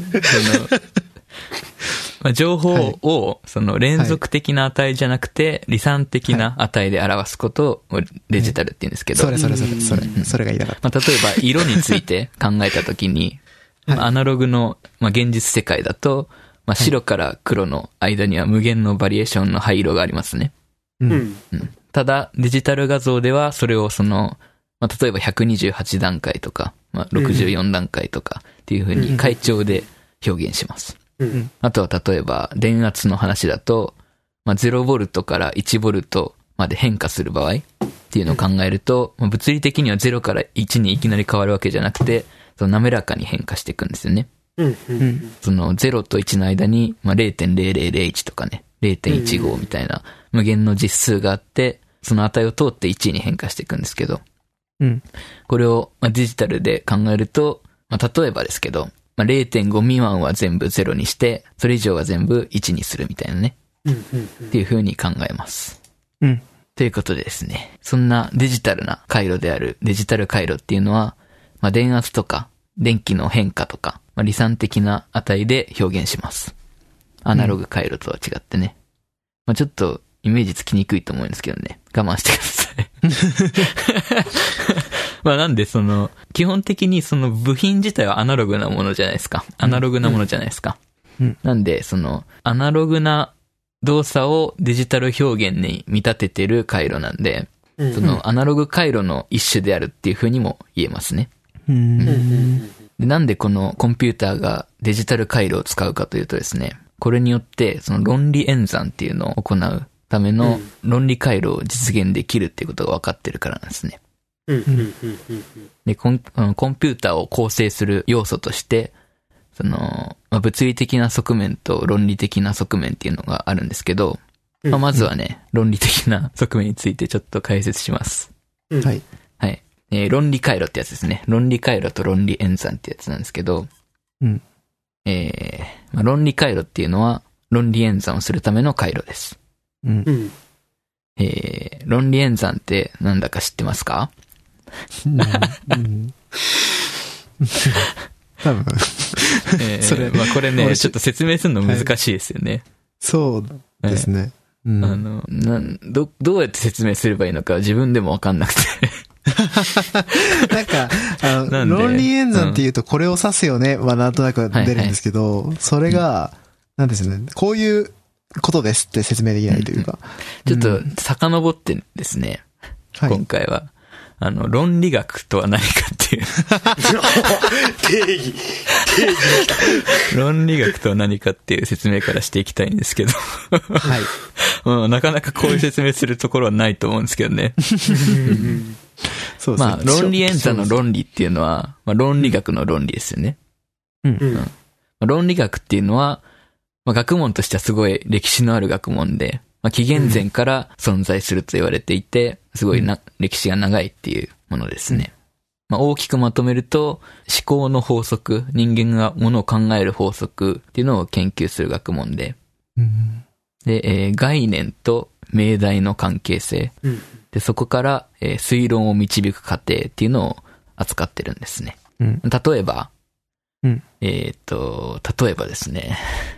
Speaker 2: 情報を、その連続的な値じゃなくて、離散的な値で表すことをデジタルって言うんですけど。
Speaker 1: それが言いたかった。
Speaker 2: 例えば、色について考えたときに、アナログの、現実世界だと、白から黒の間には無限のバリエーションの灰色がありますね。ただ、デジタル画像では、それを例えば128段階とか、64段階とかっていう風に階調で表現します。あとは例えば電圧の話だと、0ボルトから1ボルトまで変化する場合っていうのを考えると、物理的には0から1にいきなり変わるわけじゃなくて、滑らかに変化していくんですよね。その0と1の間に、0.0001 とかね、0.15 みたいな無限の実数があって、その値を通って1に変化していくんですけど、これをデジタルで考えると、例えばですけど、0.5 未満は全部0にして、それ以上は全部1にするみたいなね。っていう風に考えます。ということでですね、そんなデジタルな回路であるデジタル回路っていうのは、電圧とか電気の変化とか、離散的な値で表現します。アナログ回路とは違ってね。ちょっとイメージつきにくいと思うんですけどね。我慢してください。なんで基本的に部品自体はアナログなものじゃないですか。アナログなものじゃないですか。なんで、アナログな動作をデジタル表現に見立ててる回路なんで、アナログ回路の一種であるっていう風にも言えますね。で、なんでこのコンピューターがデジタル回路を使うかというとですね、これによって論理演算っていうのを行うための論理回路を実現できるっていうことが分かってるからなんですね。で、コンピューターを構成する要素として、物理的な側面と論理的な側面っていうのがあるんですけど、まずはね、論理的な側面についてちょっと解説します。
Speaker 1: はい。
Speaker 2: はい。論理回路ってやつですね。論理回路と論理演算ってやつなんですけど、論理回路っていうのは論理演算をするための回路です。論理演算ってなんだか知ってますか？
Speaker 1: 多分。
Speaker 2: これね、ちょっと説明するの難しいですよね。
Speaker 1: そうですね。
Speaker 2: どうやって説明すればいいのか自分でもわかんなくて。
Speaker 1: なんか、論理演算って言うとこれを指すよねはなんとなく出るんですけど、それが、なんですね、こういうことですって説明できないというか。
Speaker 2: ちょっと遡ってですね、今回は。 論理学とは何かっていう。
Speaker 3: 定義。
Speaker 2: 論理学とは何かっていう説明からしていきたいんですけど。はい。なかなかこういう説明するところはないと思うんですけどね。
Speaker 1: そうですね。
Speaker 2: 論理演算の論理っていうのは、論理学の論理ですよね。論理学っていうのは、学問としてはすごい歴史のある学問で、紀元前から存在すると言われていて、すごい歴史が長いっていうものですね。大きくまとめると、思考の法則、人間がものを考える法則っていうのを研究する学問で、で、概念と命題の関係性、でそこから、推論を導く過程っていうのを扱ってるんですね。例えば、例えばですね、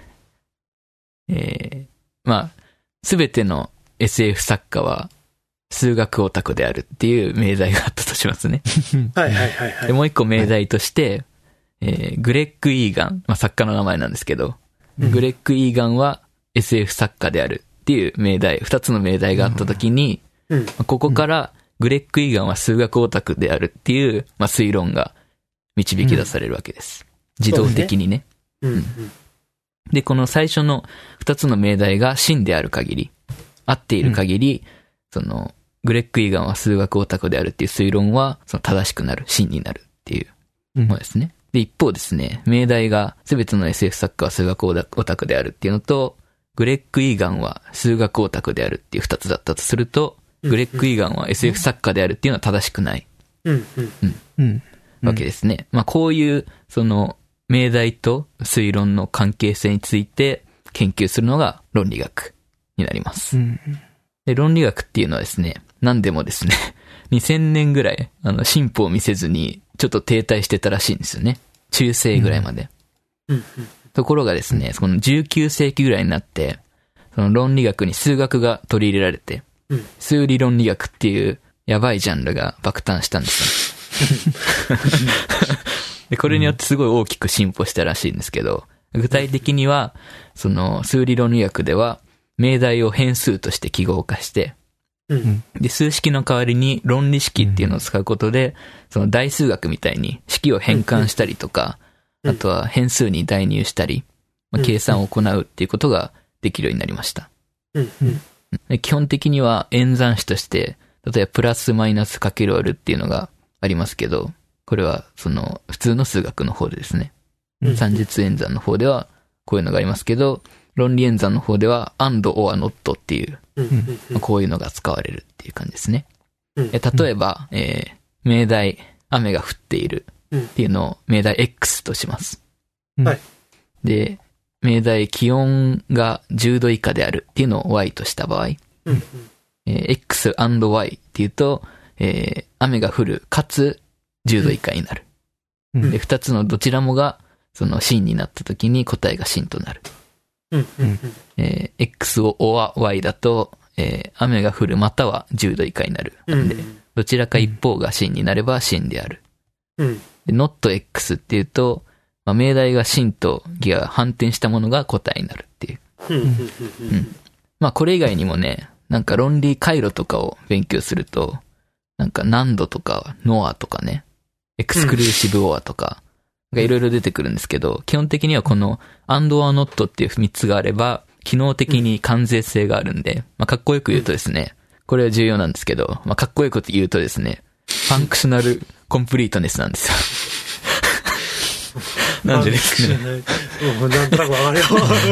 Speaker 2: すべての SF 作家は数学オタクであるっていう命題があったとしますね。で、もう一個命題として、グレッグ・イーガン、作家の名前なんですけど、グレッグ・イーガンは SF 作家であるっていう命題、二つの命題があったときに、ここからグレッグ・イーガンは数学オタクであるっていう、推論が導き出されるわけです。自動的にね。で、この最初の二つの命題が真である限り、合っている限り、グレッグ・イーガンは数学オタクであるっていう推論は、正しくなる、真になるっていうものですね。で、一方ですね、命題が全ての SF 作家は数学オタクであるっていうのと、グレッグ・イーガンは数学オタクであるっていう二つだったとすると、グレッグ・イーガンは SF 作家であるっていうのは正しくない。わけですね。こういう、命題と推論の関係性について研究するのが論理学になります。で、論理学っていうのはですね、何でもですね、2000年ぐらい、進歩を見せずに、ちょっと停滞してたらしいんですよね。中世ぐらいまで。ところがですね、この19世紀ぐらいになって、その論理学に数学が取り入れられて、数理論理学っていうやばいジャンルが爆誕したんですよ。で、これによってすごい大きく進歩したらしいんですけど、具体的には、数理論理学では、命題を変数として記号化して、で、数式の代わりに論理式っていうのを使うことで、代数学みたいに式を変換したりとか、あとは変数に代入したり、計算を行うっていうことができるようになりました。で、基本的には演算子として、例えばプラスマイナスかける割るっていうのがありますけど、これは普通の数学の方でですね。算術演算の方ではこういうのがありますけど、論理演算の方では and or not っていう、こういうのが使われるっていう感じですね。例えば、命題雨が降っているっていうのを命題 X とします。で、命題気温が10度以下であるっていうのを Y とした場合、X and Y っていうと、雨が降るかつ10度以下になる。で、二つのどちらもが、真になった時に答えが真となる。X を or Y だと、雨が降るまたは10度以下になる。なんで、どちらか一方が真になれば真である。で not X っていうと、命題が真と義が反転したものが答えになるっていう。これ以外にもね、なんか論理回路とかを勉強すると、なんか難度とかノアとかね、エクスクルーシブオアとかがいろいろ出てくるんですけど、基本的にはこの and or not っていう3つがあれば、機能的に完全性があるんで、かっこよく言うとですね、これは重要なんですけど、かっこよく言うとですね、ファンクショナルコンプリートネスなんですよ。なんでですね。
Speaker 3: なんとなくわかるよ。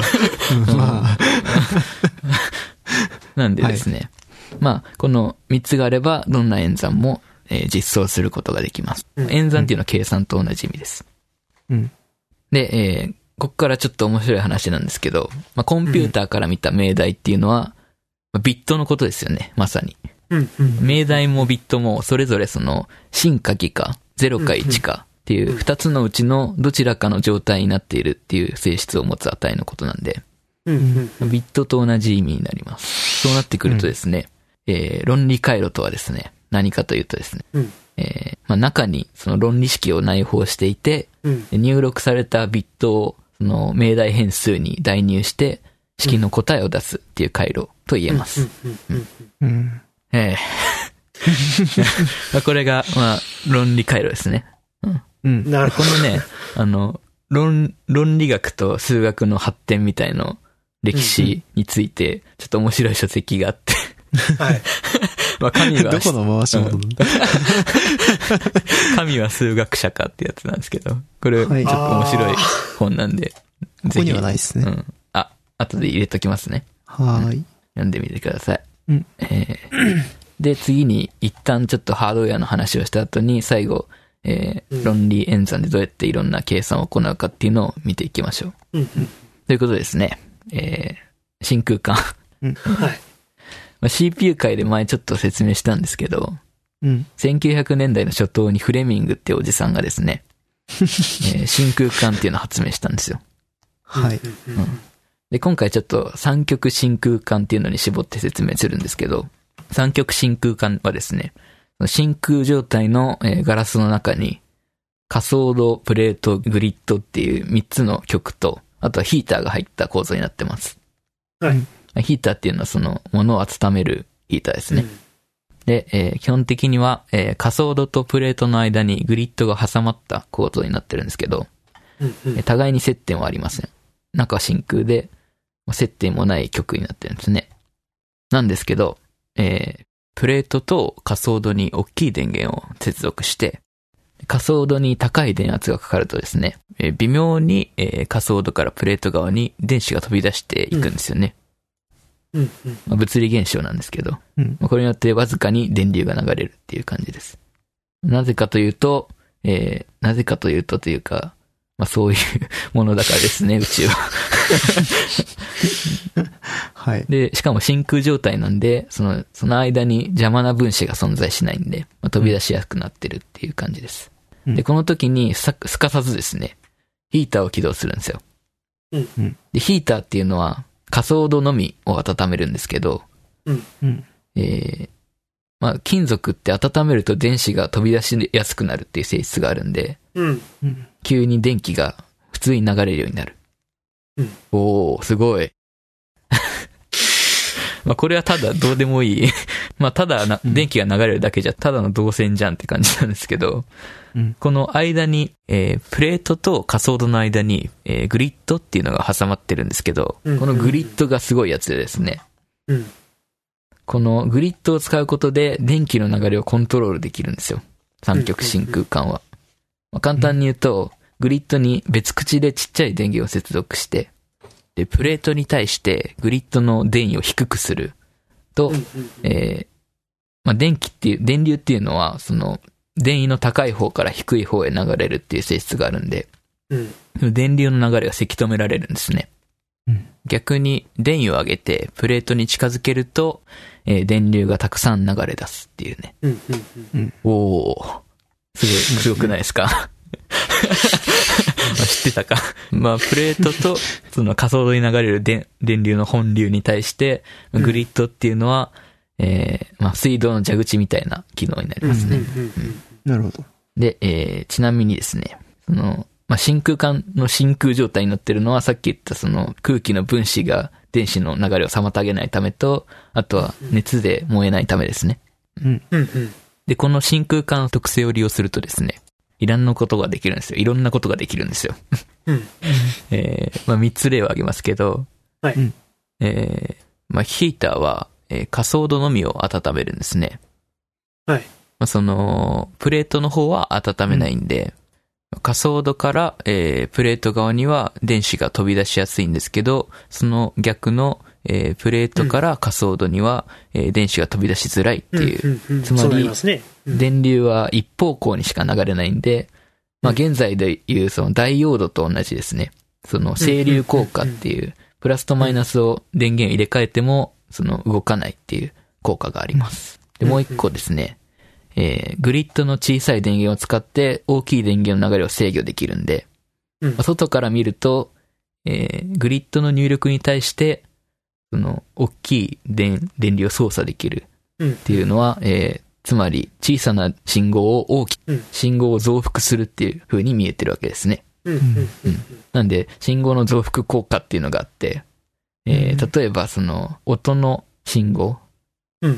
Speaker 2: なんでですね。この3つがあれば、どんな演算も、実装することができます。演算っていうのは計算と同じ意味です。で、ここからちょっと面白い話なんですけど、コンピューターから見た命題っていうのは、ビットのことですよね、まさに。命題もビットもそれぞれ真か偽か、0か1かっていう2つのうちのどちらかの状態になっているっていう性質を持つ値のことなんで、ビットと同じ意味になります。そうなってくるとですね、論理回路とはですね、何かというとですね、中にその論理式を内包していて、入力されたビットをその命題変数に代入して式の答えを出すっていう回路と言えます。 これが、まあ、論理回路ですね。
Speaker 1: うん。
Speaker 3: なるほど。
Speaker 2: このね、論理学と数学の発展みたいな歴史について、ちょっと面白い書籍があって。
Speaker 3: はい。
Speaker 1: まあ神はどこの回し物
Speaker 2: 神は数学者かってやつなんですけど、これちょっと面白い本なんで、
Speaker 1: ここにはないですね。
Speaker 2: 後で入れときますね。
Speaker 1: はい。
Speaker 2: 読んでみてください。
Speaker 1: うん。
Speaker 2: で、次に一旦ちょっとハードウェアの話をした後に、最後、論理演算でどうやっていろんな計算を行うかっていうのを見ていきましょう。ということでですね、真空管。
Speaker 3: はい。
Speaker 2: CPU 界で前ちょっと説明したんですけど、1900年代の初頭にフレミングっておじさんがですね、真空管っていうのを発明したんですよ。
Speaker 1: はい。
Speaker 2: で、今回ちょっと三極真空管っていうのに絞って説明するんですけど、三極真空管はですね、真空状態のガラスの中にカソード、プレート、グリッドっていう3つの極と、あとはヒーターが入った構造になってます。
Speaker 3: はい。
Speaker 2: ヒーターっていうのはその物を温めるヒーターですね。で、基本的には、カソードとプレートの間にグリッドが挟まった構造になってるんですけど、互いに接点はありません。中は真空で、接点もない極になってるんですね。なんですけど、プレートとカソードに大きい電源を接続して、カソードに高い電圧がかかるとですね、微妙に、カソードからプレート側に電子が飛び出していくんですよね。物理現象なんですけど、これによってわずかに電流が流れるっていう感じです。なぜかというとというか、まあそういうものだからですね、宇宙は。
Speaker 1: はい。
Speaker 2: で、しかも真空状態なんで、その間に邪魔な分子が存在しないんで、まあ、飛び出しやすくなってるっていう感じです。で、この時にすかさずですね、ヒーターを起動するんですよ。で、ヒーターっていうのは、カソードのみを温めるんですけど、まあ、金属って温めると電子が飛び出しやすくなるっていう性質があるんで、急に電気が普通に流れるようになる。おー、すごい。まあこれはただどうでもいい。まあただ電気が流れるだけじゃただの導線じゃんって感じなんですけど、この間に、プレートとカソードの間に、グリッドっていうのが挟まってるんですけど、このグリッドがすごいやつでですね、このグリッドを使うことで電気の流れをコントロールできるんですよ。三極真空管は。まあ、簡単に言うと、グリッドに別口でちっちゃい電源を接続して、で、プレートに対してグリッドの電位を低くすると、まあ、電流っていうのは、その、電位の高い方から低い方へ流れるっていう性質があるんで、電流の流れがせき止められるんですね。逆に電位を上げてプレートに近づけると、電流がたくさん流れ出すっていうね。おー、すごくないですか？知ってたか。まあ、プレートと、そのカソードに流れる電流の本流に対して、グリッドっていうのは、まあ、水道の蛇口みたいな機能になりますね。
Speaker 1: なるほど。
Speaker 2: で、ちなみにですね、まあ、真空管の真空状態になってるのは、さっき言ったその空気の分子が電子の流れを妨げないためと、あとは熱で燃えないためですね。で、この真空管の特性を利用するとですね、いろんなことができるんですよ。いろんなことができるんですよ。まあ、3つ例を挙げますけど、まあ、ヒーターは、カソードのみを温めるんですね。まあ、その、プレートの方は温めないんで、カソードから、プレート側には電子が飛び出しやすいんですけど、その逆の、プレートからカソードには、電子が飛び出しづらいっていう。つまり、電流は一方向にしか流れないんで、まあ現在でいうそのダイオードと同じですね。その整流効果っていう、プラスとマイナスを電源を入れ替えても、その動かないっていう効果があります。で、もう一個ですね。グリッドの小さい電源を使って大きい電源の流れを制御できるんで、まあ、外から見ると、グリッドの入力に対して、その大きい電流を操作できるっていうのは、つまり小さな信号を信号を増幅するっていう風に見えてるわけですね。なんで、信号の増幅効果っていうのがあって、例えばその音の信号、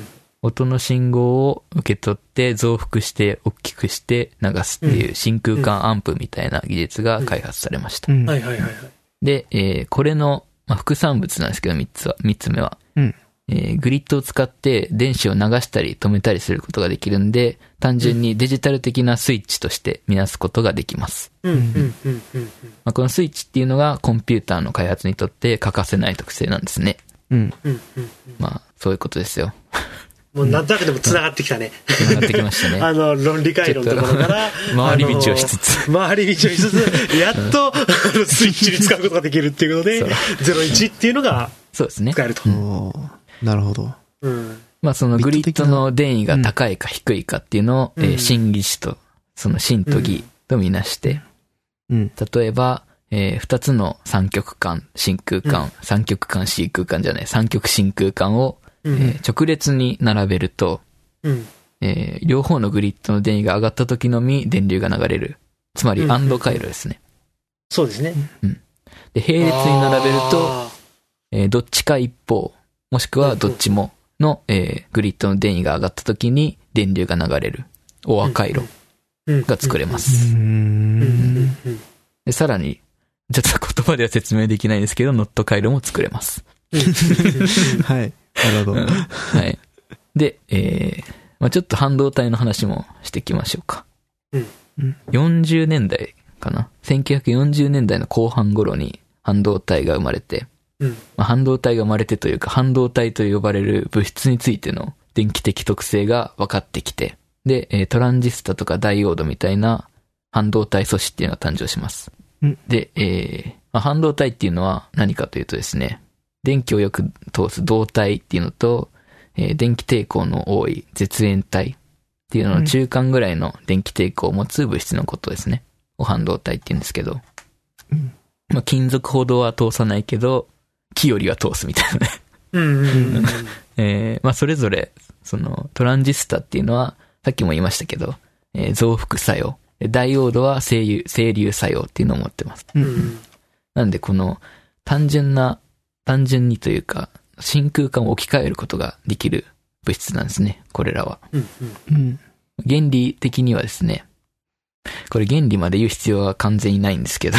Speaker 2: 音の信号を受け取って増幅して大きくして流すっていう真空管アンプみたいな技術が開発されました。
Speaker 3: はいはいはいはい。
Speaker 2: で、これの、副産物なんですけど、3つ目は。グリッドを使って電子を流したり止めたりすることができるんで、単純にデジタル的なスイッチとして見なすことができます。このスイッチっていうのがコンピューターの開発にとって欠かせない特性なんですね。そういうことですよ。
Speaker 3: もうなんとなくでも繋がってきたね。
Speaker 2: 繋がってきましたね。
Speaker 3: 論理回路のところから、
Speaker 2: 回り道をしつつ。
Speaker 3: やっと、スイッチに使うことができるっていうことで、01っていうのが、
Speaker 2: そうですね。
Speaker 3: 使えると。
Speaker 1: なるほど。
Speaker 2: そのグリッドの電位が高いか低いかっていうのを、真偽値と、その真と偽とみなして、例えば、2つの三極間、真空間、三極間真空間じゃない、三極真空間を、直列に並べると、両方のグリッドの電位が上がった時のみ電流が流れる。つまり、アンド回路ですね。
Speaker 3: そうですね。
Speaker 2: で、並列に並べると、どっちか一方、もしくはどっちもの、グリッドの電位が上がった時に電流が流れる。オア回路が作れます。で、さらに、ちょっと言葉では説明できないんですけど、ノット回路も作れます。
Speaker 1: はい。なるほど。
Speaker 2: はい。で、ちょっと半導体の話もしていきましょうか。40年代かな。1940年代の後半頃に半導体が生まれて、半導体が生まれてというか、半導体と呼ばれる物質についての電気的特性が分かってきて、で、トランジスタとかダイオードみたいな半導体素子っていうのが誕生します。で、半導体っていうのは何かというとですね、電気をよく通す導体っていうのと、電気抵抗の多い絶縁体っていうのの中間ぐらいの電気抵抗を持つ物質のことですね。を半導体って言うんですけど、金属ほどは通さないけど、木よりは通すみたいなね。それぞれ、そのトランジスタっていうのは、さっきも言いましたけど、増幅作用。ダイオードは整流作用っていうのを持ってます。なんでこの単純にというか、真空管を置き換えることができる物質なんですね、これらは。原理的にはですね、これ原理まで言う必要は完全にないんですけど、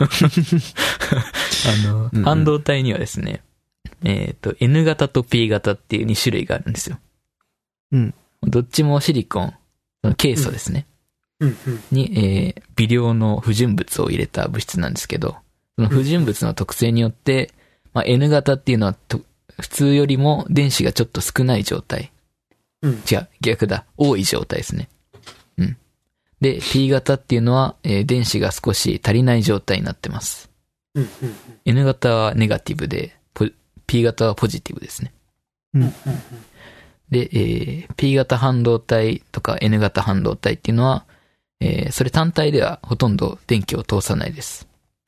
Speaker 2: 半導体にはですね、N 型と P 型っていう2種類があるんですよ。どっちもシリコン、ケイ素ですね。に、微量の不純物を入れた物質なんですけど、その不純物の特性によって、N 型っていうのは普通よりも電子がちょっと少ない状態。違う、逆だ。多い状態ですね。で、P 型っていうのは、電子が少し足りない状態になってます。N 型はネガティブで、P 型はポジティブですね。で、P 型半導体とか N 型半導体っていうのは、それ単体ではほとんど電気を通さないです。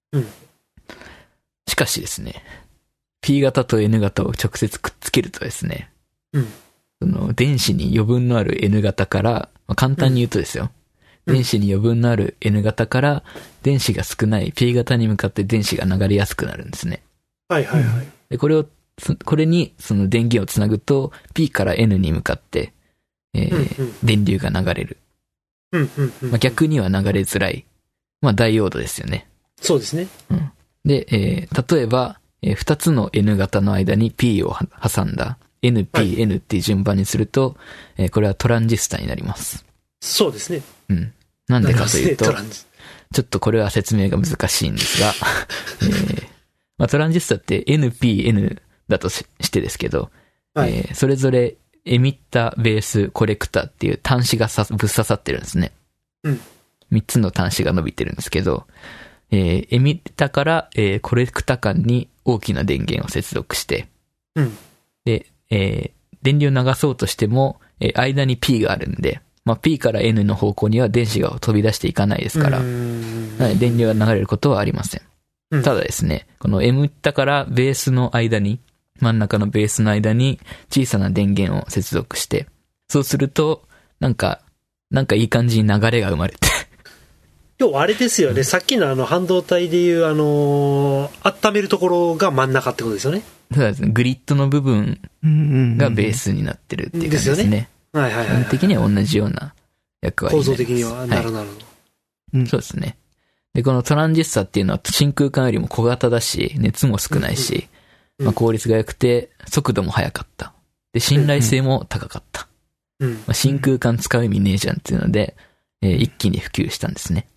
Speaker 2: しかしですね、P 型と N 型を直接くっつけるとですね、その電子に余分のある N 型から、簡単に言うとですよ、電子に余分のある N 型から電子が少ない P 型に向かって電子が流れやすくなるんですね。で、これにその電源をつなぐと P から N に向かって、電流が流れる。逆には流れづらい。ダイオードですよね。
Speaker 3: そうですね。
Speaker 2: で、例えば、2つの N 型の間に P を挟んだ NPN っていう順番にすると、これはトランジスタになります。
Speaker 3: そうですね。
Speaker 2: なんでかというと、ちょっとこれは説明が難しいんですが、トランジスタって NPN だとしてですけど、それぞれエミッター、ベース、コレクターっていう端子がぶっ刺さってるんですね。3つの端子が伸びてるんですけど、エミッターから、コレクタ間に大きな電源を接続して、で、電流を流そうとしても、間に P があるんで、P から N の方向には電子が飛び出していかないですから、電流が流れることはありません。ただですね、このエミッターからベースの間に、真ん中のベースの間に小さな電源を接続して、そうすると、なんかいい感じに流れが生まれて
Speaker 3: 要はあれですよね、さっきの半導体でいう温めるところが真ん中ってことですよね。
Speaker 2: そうですね。グリッドの部分がベースになってるっていう感じですね。ですよね。
Speaker 3: はいはいはい。
Speaker 2: 基本的には同じような役割になります。構
Speaker 3: 造的には。なるほど。
Speaker 2: そうですね。で、このトランジスタっていうのは真空管よりも小型だし、熱も少ないし、まあ、効率が良くて、速度も速かった。で、信頼性も高かった。まあ、真空管使う意味ねえじゃんっていうので、一気に普及したんですね。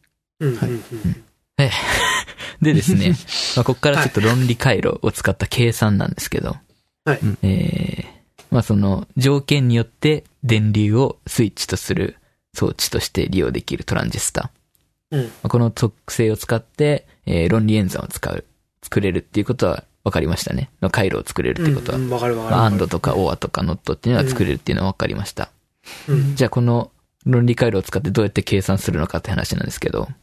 Speaker 2: でですね、まあ、ここからちょっと論理回路を使った計算なんですけど、はい、まあその条件によって電流をスイッチとする装置として利用できるトランジスタ。この特性を使って、論理演算を作れるっていうことは分かりましたね。の回路を作れるっていうことは。まあ、アンドとかオアとかノットっていうのは作れるっていうのは分かりました。じゃあこの論理回路を使ってどうやって計算するのかって話なんですけど、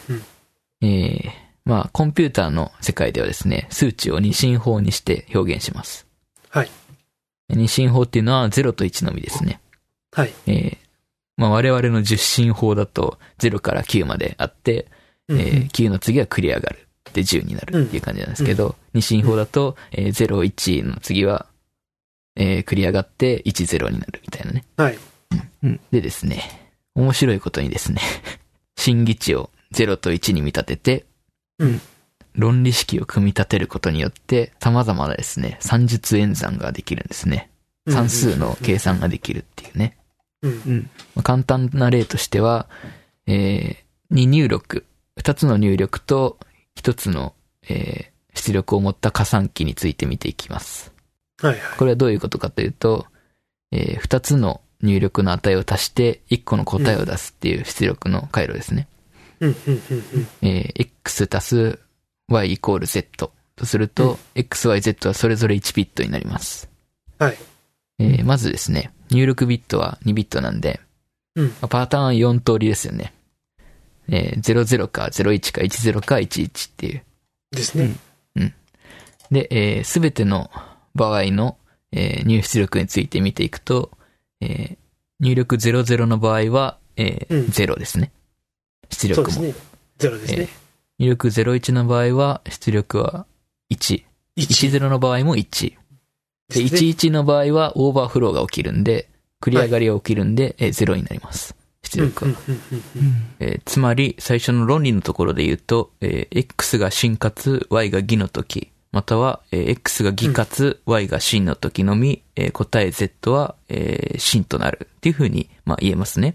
Speaker 2: まあコンピューターの世界ではですね、数値を二進法にして表現します。はい。二進法っていうのは0と1のみですね。はい。まあ我々の10進法だと0から9まであって、9の次は繰り上がる。で10になるっていう感じなんですけど、二進法だと、0、1の次は、繰り上がって1、0になるみたいなね。はい。でですね、面白いことにですね、新義値を0と1に見立てて、論理式を組み立てることによって、様々なですね、算術演算ができるんですね。算数の計算ができるっていうね。簡単な例としては、2入力、2つの入力と1つの、出力を持った加算機について見ていきます。はいはい、これはどういうことかというと、2つの入力の値を足して1個の答えを出すっていう出力の回路ですね。x 足す y イコール z とすると、x、y、z はそれぞれ1ビットになります。はい。まずですね、入力ビットは2ビットなんで、パターンは4通りですよね。00か01か10か11っていう。ですね。で、すべての場合の、入出力について見ていくと、入力00の場合は、0ですね。出力も。そうですね。0ですね。入力01の場合は、出力は1。10の場合も1。で、11の場合はオーバーフローが起きるんで、繰り上がりが起きるんで、0になります。出力は。つまり、最初の論理のところで言うと、x が真かつ y が偽の時、または、x が偽かつ y が真の時のみ、答え z は、真となるっていうふうに、まあ、言えますね。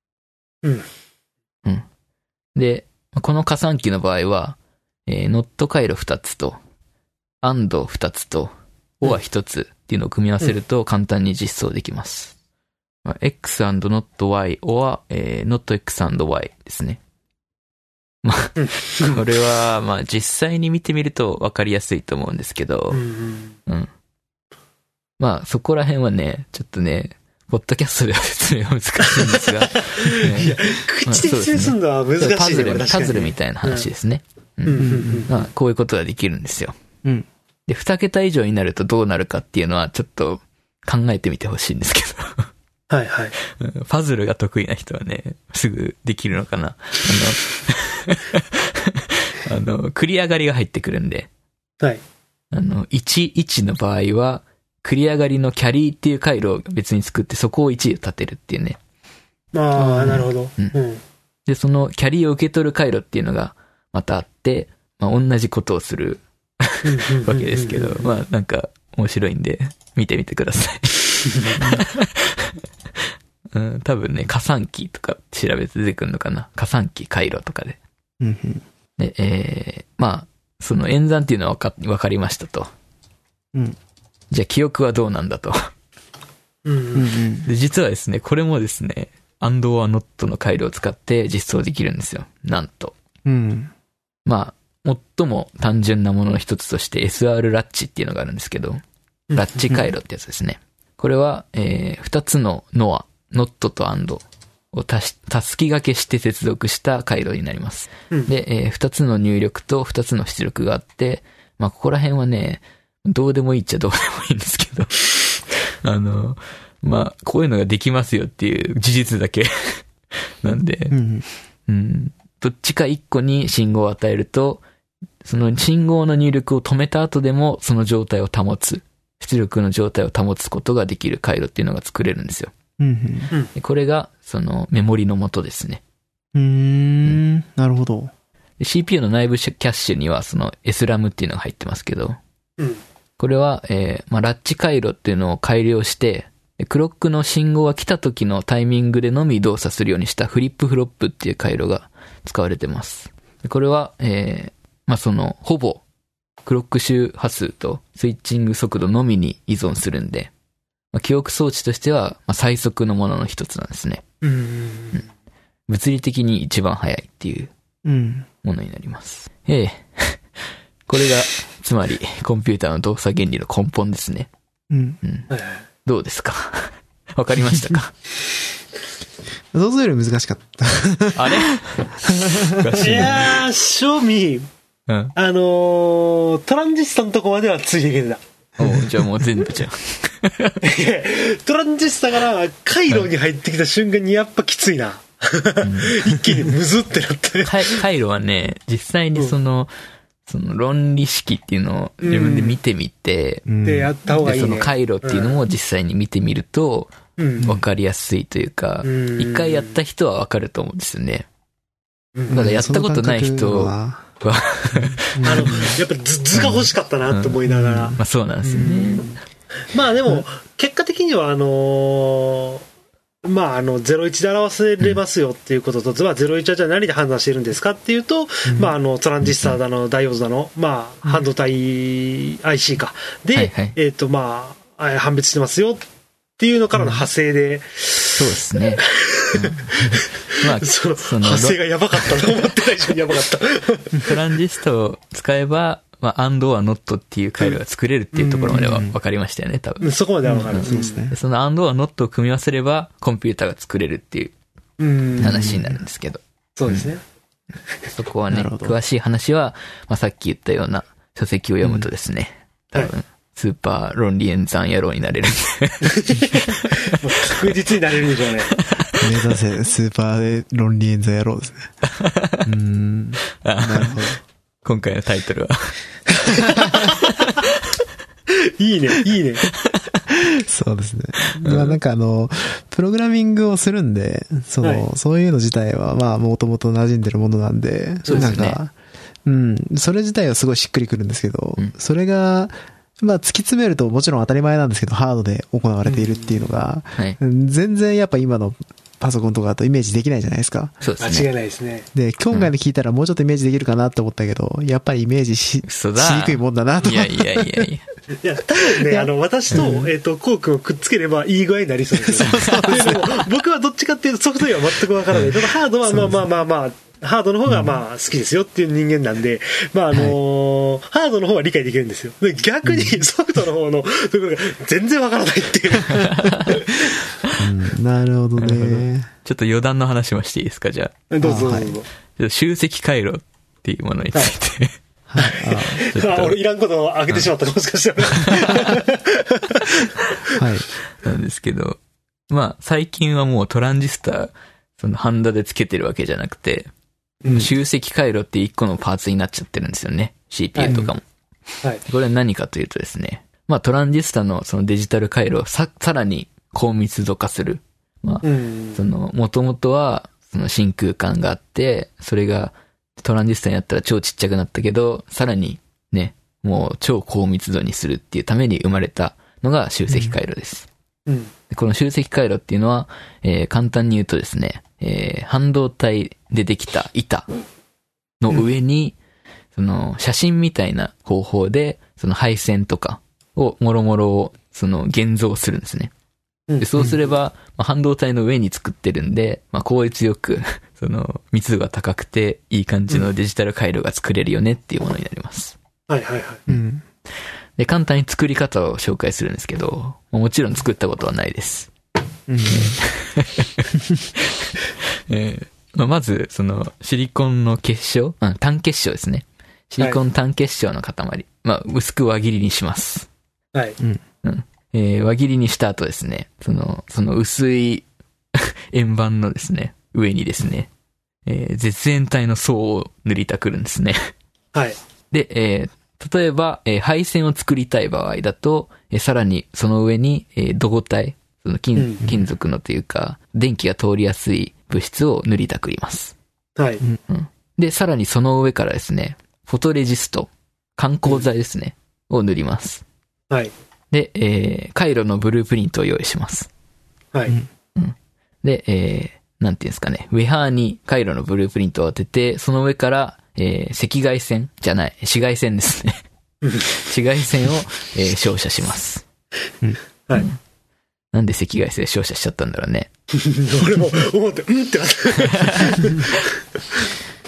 Speaker 2: で、この加算機の場合は、ノット回路2つと、AND 2つと、OR 1つっていうのを組み合わせると簡単に実装できます。x and not y or, not x and y ですね。まあ、これは、まあ実際に見てみると分かりやすいと思うんですけど、まあそこら辺はね、ちょっとね、ポッドキャストでは説明は難しいんですが、
Speaker 3: いや、口で説明するのは難しい、
Speaker 2: パズルみたいな話ですね。まあこういうことができるんですよ。で、2桁以上になるとどうなるかっていうのはちょっと考えてみてほしいんですけど。はいはい。パズルが得意な人はね、すぐできるのかな。繰り上がりが入ってくるんで。はい。1の場合は、繰り上がりのキャリーっていう回路を別に作ってそこを1で立てるっていうね。
Speaker 3: ああ、なるほど。
Speaker 2: で、そのキャリーを受け取る回路っていうのがまたあって、まあ同じことをするわけですけど、まあなんか面白いんで見てみてください。多分ね、加算機とか調べて出てくるのかな。加算機回路とかで。で、まあ、その演算っていうのはわかりましたと。じゃあ記憶はどうなんだと。で実はですね、これもですね、AND OR NOT の回路を使って実装できるんですよ。なんと。まあ、最も単純なものの一つとして SR ラッチっていうのがあるんですけど、ラッチ回路ってやつですね。これは、2つのノットとANDをたすき掛けして接続した回路になります。で、2つの入力と2つの出力があって、まあ、ここら辺はね、どうでもいいっちゃどうでもいいんですけど、まあ、こういうのができますよっていう事実だけなんで、 どっちか1個に信号を与えると、その信号の入力を止めた後でもその状態を保つ、出力の状態を保つことができる回路っていうのが作れるんですよ。でこれがそのメモリの元ですね。
Speaker 1: なるほど。
Speaker 2: CPU の内部キャッシュにはその SRAM っていうのが入ってますけど、これは、ラッチ回路っていうのを改良して、クロックの信号が来た時のタイミングでのみ動作するようにしたフリップフロップっていう回路が使われてます。これは、その、ほぼ、クロック周波数とスイッチング速度のみに依存するんで、記憶装置としては、最速のものの一つなんですね。物理的に一番速いっていうものになります。これが、つまり、コンピューターの動作原理の根本ですね。どうですかわかりましたか
Speaker 1: 想像より難しかった。
Speaker 2: あれ
Speaker 3: いやー、正味、トランジスタのとこまではついていけてた。
Speaker 2: じゃあもう全部じゃん。
Speaker 3: トランジスタから回路に入ってきた瞬間にやっぱきついな。一気にムズってなって。
Speaker 2: 回路はね、実際にその論理式っていうのを自分で見てみて、
Speaker 3: で、やった方がいいね。
Speaker 2: その回路っていうのも実際に見てみると、わかりやすいというか、一回やった人はわかると思うんですよね。ただやったことない人は、
Speaker 3: やっぱ図が欲しかったなと思いながら。
Speaker 2: そうなんですよね。
Speaker 3: でも、結果的には01で表せれますよっていうことと、01はじゃあ何で判断しているんですかっていうと、トランジスタだの、ダイオードだの、半導体 IC か。で、判別してますよっていうのからの派生で。
Speaker 2: そうですね。
Speaker 3: その派生がやばかったと思ってた以上にやばかった。
Speaker 2: トランジスタを使えば、and or not っていう回路が作れるっていうところまでは分かりましたよね、多分。
Speaker 3: そこまでは分かるんですね。
Speaker 2: その and or not を組み合わせれば、コンピューターが作れるっていう話になるんですけど。
Speaker 3: そうですね。
Speaker 2: そこはね、詳しい話は、さっき言ったような書籍を読むとですね、多分、スーパー論理演算野郎になれるんで。
Speaker 3: 確実になれるでしょうね。
Speaker 1: 目指せ、スーパー論理演算野郎ですね。なるほど。
Speaker 2: 今回のタイトルは。
Speaker 3: いいね。
Speaker 1: そうですね。なんかプログラミングをするんで、そういうの自体は、もともと馴染んでるものなんで、なんか、それ自体はすごいしっくりくるんですけど、それが、突き詰めるともちろん当たり前なんですけど、ハードで行われているっていうのが、全然やっぱ今のパソコンとかだとイメージできないじゃないですか。
Speaker 2: そうですね。
Speaker 3: 間違いないですね。
Speaker 1: で、今回の聞いたらもうちょっとイメージできるかなって思ったけど、やっぱりイメージしにくいもんだなと。
Speaker 2: いや。
Speaker 3: いや、多分ね、私と、コウ君をくっつければいい具合になりそうですよ。僕はどっちかっていうとソフトウェアは全くわからない。ただハードはハードの方が好きですよっていう人間なんで、ハードの方は理解できるんですよ。逆にソフトの方のところが全然わからないっていう。
Speaker 1: なるほどね。
Speaker 2: ちょっと余談の話もしていいですか、じゃあ。
Speaker 3: どうぞ。
Speaker 2: 集積回路っていうものについて。
Speaker 3: 俺いらんことを開けてしまった、もしかしたら。
Speaker 1: はい。
Speaker 2: なんですけど、最近はもうトランジスタ、ハンダでつけてるわけじゃなくて、集積回路って一個のパーツになっちゃってるんですよね。CPU とかも。これは何かというとですね、トランジスタのそのデジタル回路をさらに高密度化する。もともとは、真空管があって、それがトランジスタになったら超ちっちゃくなったけど、さらにね、もう超高密度にするっていうために生まれたのが集積回路です。この集積回路っていうのは、簡単に言うとですね、半導体でできた板の上に、写真みたいな方法で、配線とかをもろもろを、現像するんですね。でそうすれば、半導体の上に作ってるんで、効率よく、密度が高くて、いい感じのデジタル回路が作れるよねっていうものになります。で、簡単に作り方を紹介するんですけど、もちろん作ったことはないです。まず、シリコンの結晶、単結晶ですね。シリコン単結晶の塊。薄く輪切りにします。輪切りにした後ですね、その薄い円盤のですね、上にですね、 絶縁体の層を塗りたくるんですね。
Speaker 3: はい。
Speaker 2: で、例えば、配線を作りたい場合だと、さらにその上に、導体、その金属のというか、電気が通りやすい物質を塗りたくります。
Speaker 3: はい。
Speaker 2: うん。で、さらにその上からですね、フォトレジスト、感光剤ですね、を塗ります。
Speaker 3: はい。
Speaker 2: で、回路のブループリントを用意します。
Speaker 3: はい。
Speaker 2: うん。で、なんていうんですかね、ウェハーに回路のブループリントを当てて、その上から、赤外線じゃない、紫外線ですね。紫外線を、照射します。
Speaker 3: はい。
Speaker 2: なんで赤外線照射しちゃったんだろうね。
Speaker 3: 俺も思って、うんってなって。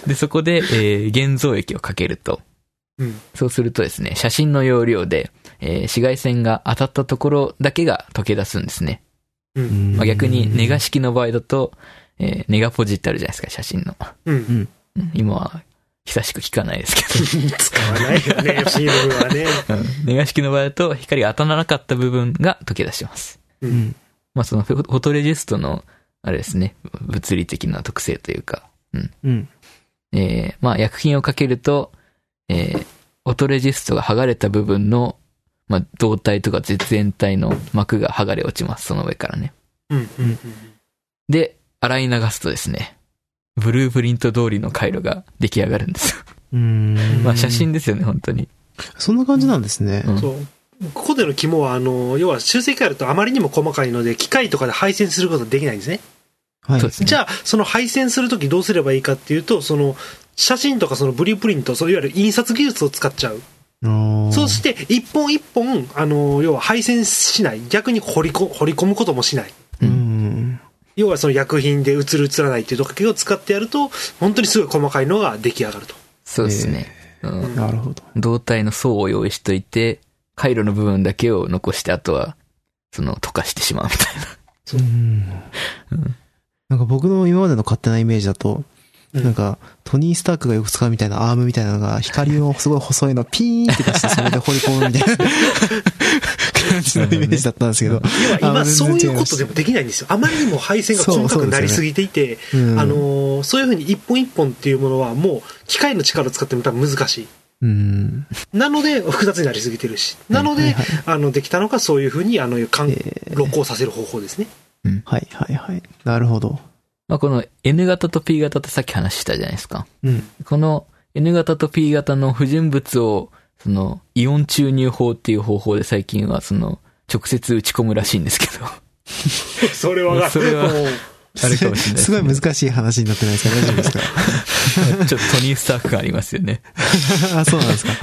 Speaker 2: で、そこで、現像液をかけると。そうするとですね、写真の要領で、紫外線が当たったところだけが溶け出すんですね。まあ、逆にネガ式の場合だと、ネガポジってあるじゃないですか、写真の。今は久しく聞かないですけど。
Speaker 3: 使わないよね、フィルムはね。
Speaker 2: ネガ式の場合だと光が当たらなかった部分が溶け出します。まあそのフォトレジストの、あれですね、物理的な特性というか。まあ薬品をかけると、フォトレジストが剥がれた部分の、まあ導体とか絶縁体の膜が剥がれ落ちます、その上からね。で、洗い流すとですね、ブループリント通りの回路が出来上がるんですよ。まあ写真ですよね、本当に。
Speaker 1: そんな感じなんですね。
Speaker 3: そう。ここでの肝は、要は集積回路とあまりにも細かいので、機械とかで配線することができないんですね。
Speaker 1: はい。
Speaker 3: じゃあ、その配線するときどうすればいいかっていうと、その、写真とかそのブループリント、そういわゆる印刷技術を使っちゃう。そして、一本一本、要は配線しない。逆に掘り込むこともしない。要はその薬品で映る映らないっていうとこを使ってやると、本当にすごい細かいのが出来上がると。
Speaker 2: そうですね。
Speaker 1: なるほど。
Speaker 2: 導体の層を用意しといて、回路の部分だけを残して、あとは、溶かしてしまうみたいな。
Speaker 1: なんか僕の今までの勝手なイメージだと、なんか、トニー・スタークがよく使うみたいなアームみたいなのが、光をすごい細いのをピーンって出して、それで掘り込むみたいな感じのイメージだったんですけど。
Speaker 3: 今、そういうことでもできないんですよ。あまりにも配線が細かくなりすぎていて、そういうふうに一本一本っていうものは、もう、機械の力を使っても多分難しい。なので、複雑になりすぎてるし。なので、できたのがそういうふうに、録光させる方法ですね。
Speaker 1: はいはいはい。なるほど。
Speaker 2: まあ、この N 型と P 型ってさっき話したじゃないですか。この N 型と P 型の不純物を、イオン注入法っていう方法で最近は直接打ち込むらしいんですけど。
Speaker 3: それは、
Speaker 2: あれかもしれない。
Speaker 1: すごい難しい話になってないですか？大丈夫ですか？
Speaker 2: ちょっとトニースタークがありますよね。
Speaker 1: あ、そうなんですか。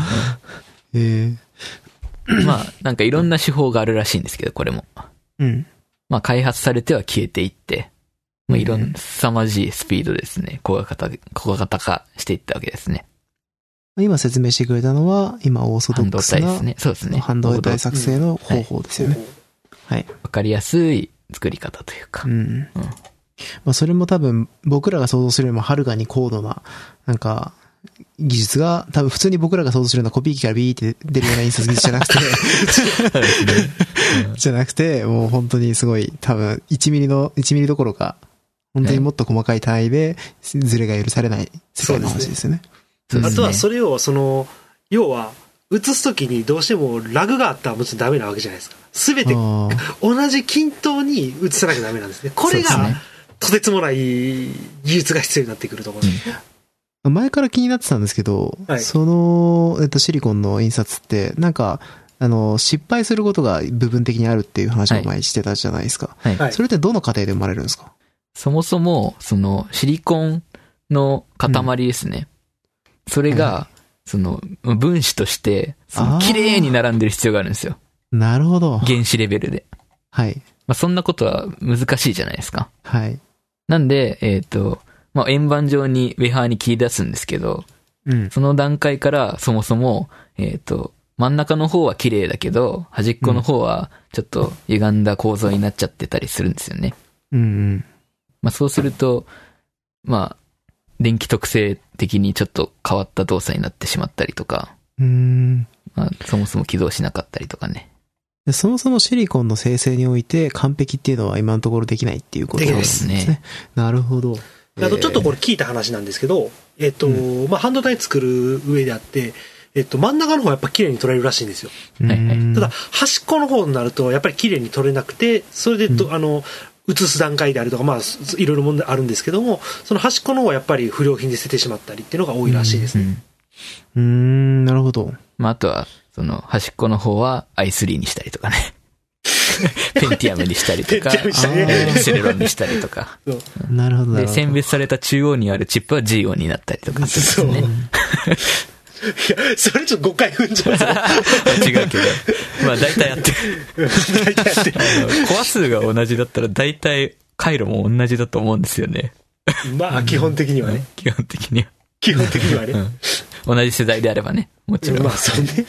Speaker 2: まあ、なんかいろんな手法があるらしいんですけど、これも。まあ、開発されては消えていって、まあ、いろんな凄まじいスピードですね。小型化していったわけですね。
Speaker 1: 今説明してくれたのは、今オーソドックスな
Speaker 2: 半導体ですね。そうですね。
Speaker 1: 半導体作成の方法ですよね。はい。
Speaker 2: わかりやすい作り方というか。
Speaker 1: まあ、それも多分、僕らが想像するよりもはるかに高度な、なんか、技術が、多分普通に僕らが想像するようなコピー機からビーって出るような印刷技術じゃなくて、じゃなくて、もう本当にすごい、多分1ミリどころか、本当にもっと細かい単位で、ズレが許されない世界の話ですよね。
Speaker 3: あとはそれを、要は、映すときにどうしてもラグがあったらもちろんダメなわけじゃないですか。すべて同じ均等に映さなきゃダメなんですね。これが、とてつもない技術が必要になってくるところですね。
Speaker 1: 前から気になってたんですけど、シリコンの印刷って、なんか、失敗することが部分的にあるっていう話を前にしてたじゃないですか。それってどの過程で生まれるんですか？
Speaker 2: そもそも、シリコンの塊ですね。それが、分子として、綺麗に並んでる必要があるんですよ。
Speaker 1: なるほど。
Speaker 2: 原子レベルで。
Speaker 1: はい。
Speaker 2: まあ、そんなことは難しいじゃないですか。
Speaker 1: はい。
Speaker 2: なんで、まあ、円盤状にウェハーに切り出すんですけど、その段階からそもそも、真ん中の方は綺麗だけど、端っこの方はちょっと歪んだ構造になっちゃってたりするんですよね。まあ、そうすると、まあ、電気特性的にちょっと変わった動作になってしまったりとか、まあ、そもそも起動しなかったりとかね。
Speaker 1: そもそもシリコンの生成において完璧っていうのは今のところできないっていうことですね。なるほど。
Speaker 3: あとちょっとこれ聞いた話なんですけど、まあ、半導体作る上であって、真ん中の方はやっぱ綺麗に撮れるらしいんですよ。ただ、端っこの方になると、やっぱり綺麗に撮れなくて、それで写す段階であるとか、まあ、いろいろ問題あるんですけども、その端っこの方はやっぱり不良品で捨ててしまったりっていうのが多いらしいですね。
Speaker 1: なるほど。
Speaker 2: まあ、あとは、その端っこの方は i3 にしたりとかね。ペンティアムにしたりとか、セレロンにしたりとか。
Speaker 1: なるほど。
Speaker 2: で、選別された中央にあるチップは G 音になったりとかするんですね。
Speaker 3: いや、それちょっと誤解踏んじゃう。
Speaker 2: 違うけど。まあ大体やってる。コア数が同じだったら大体回路も同じだと思うんですよね。
Speaker 3: まあ基本的にはね。
Speaker 2: 基本的には。
Speaker 3: 基本的にはね。
Speaker 2: 同じ世代であればね。もちろん。
Speaker 3: まあそうね。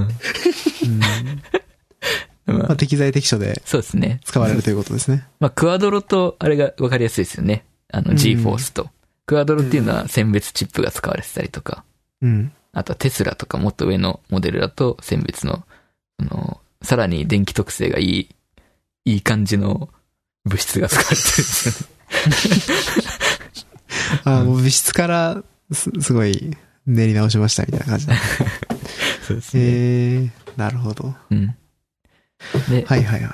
Speaker 1: まあ適材適所で。
Speaker 2: そうですね。
Speaker 1: 使われるということですね。
Speaker 2: まあクアドロとあれが分かりやすいですよね。G-Force と。クアドロっていうのは選別チップが使われてたりとか。あとはテスラとかもっと上のモデルだと選別の、さらに電気特性がいい感じの物質が使われてるんですよね。
Speaker 1: もう物質からすごい練り直しましたみたいな感じだ。
Speaker 2: そうですね。
Speaker 1: なるほど。
Speaker 2: で、
Speaker 1: はいはいはい。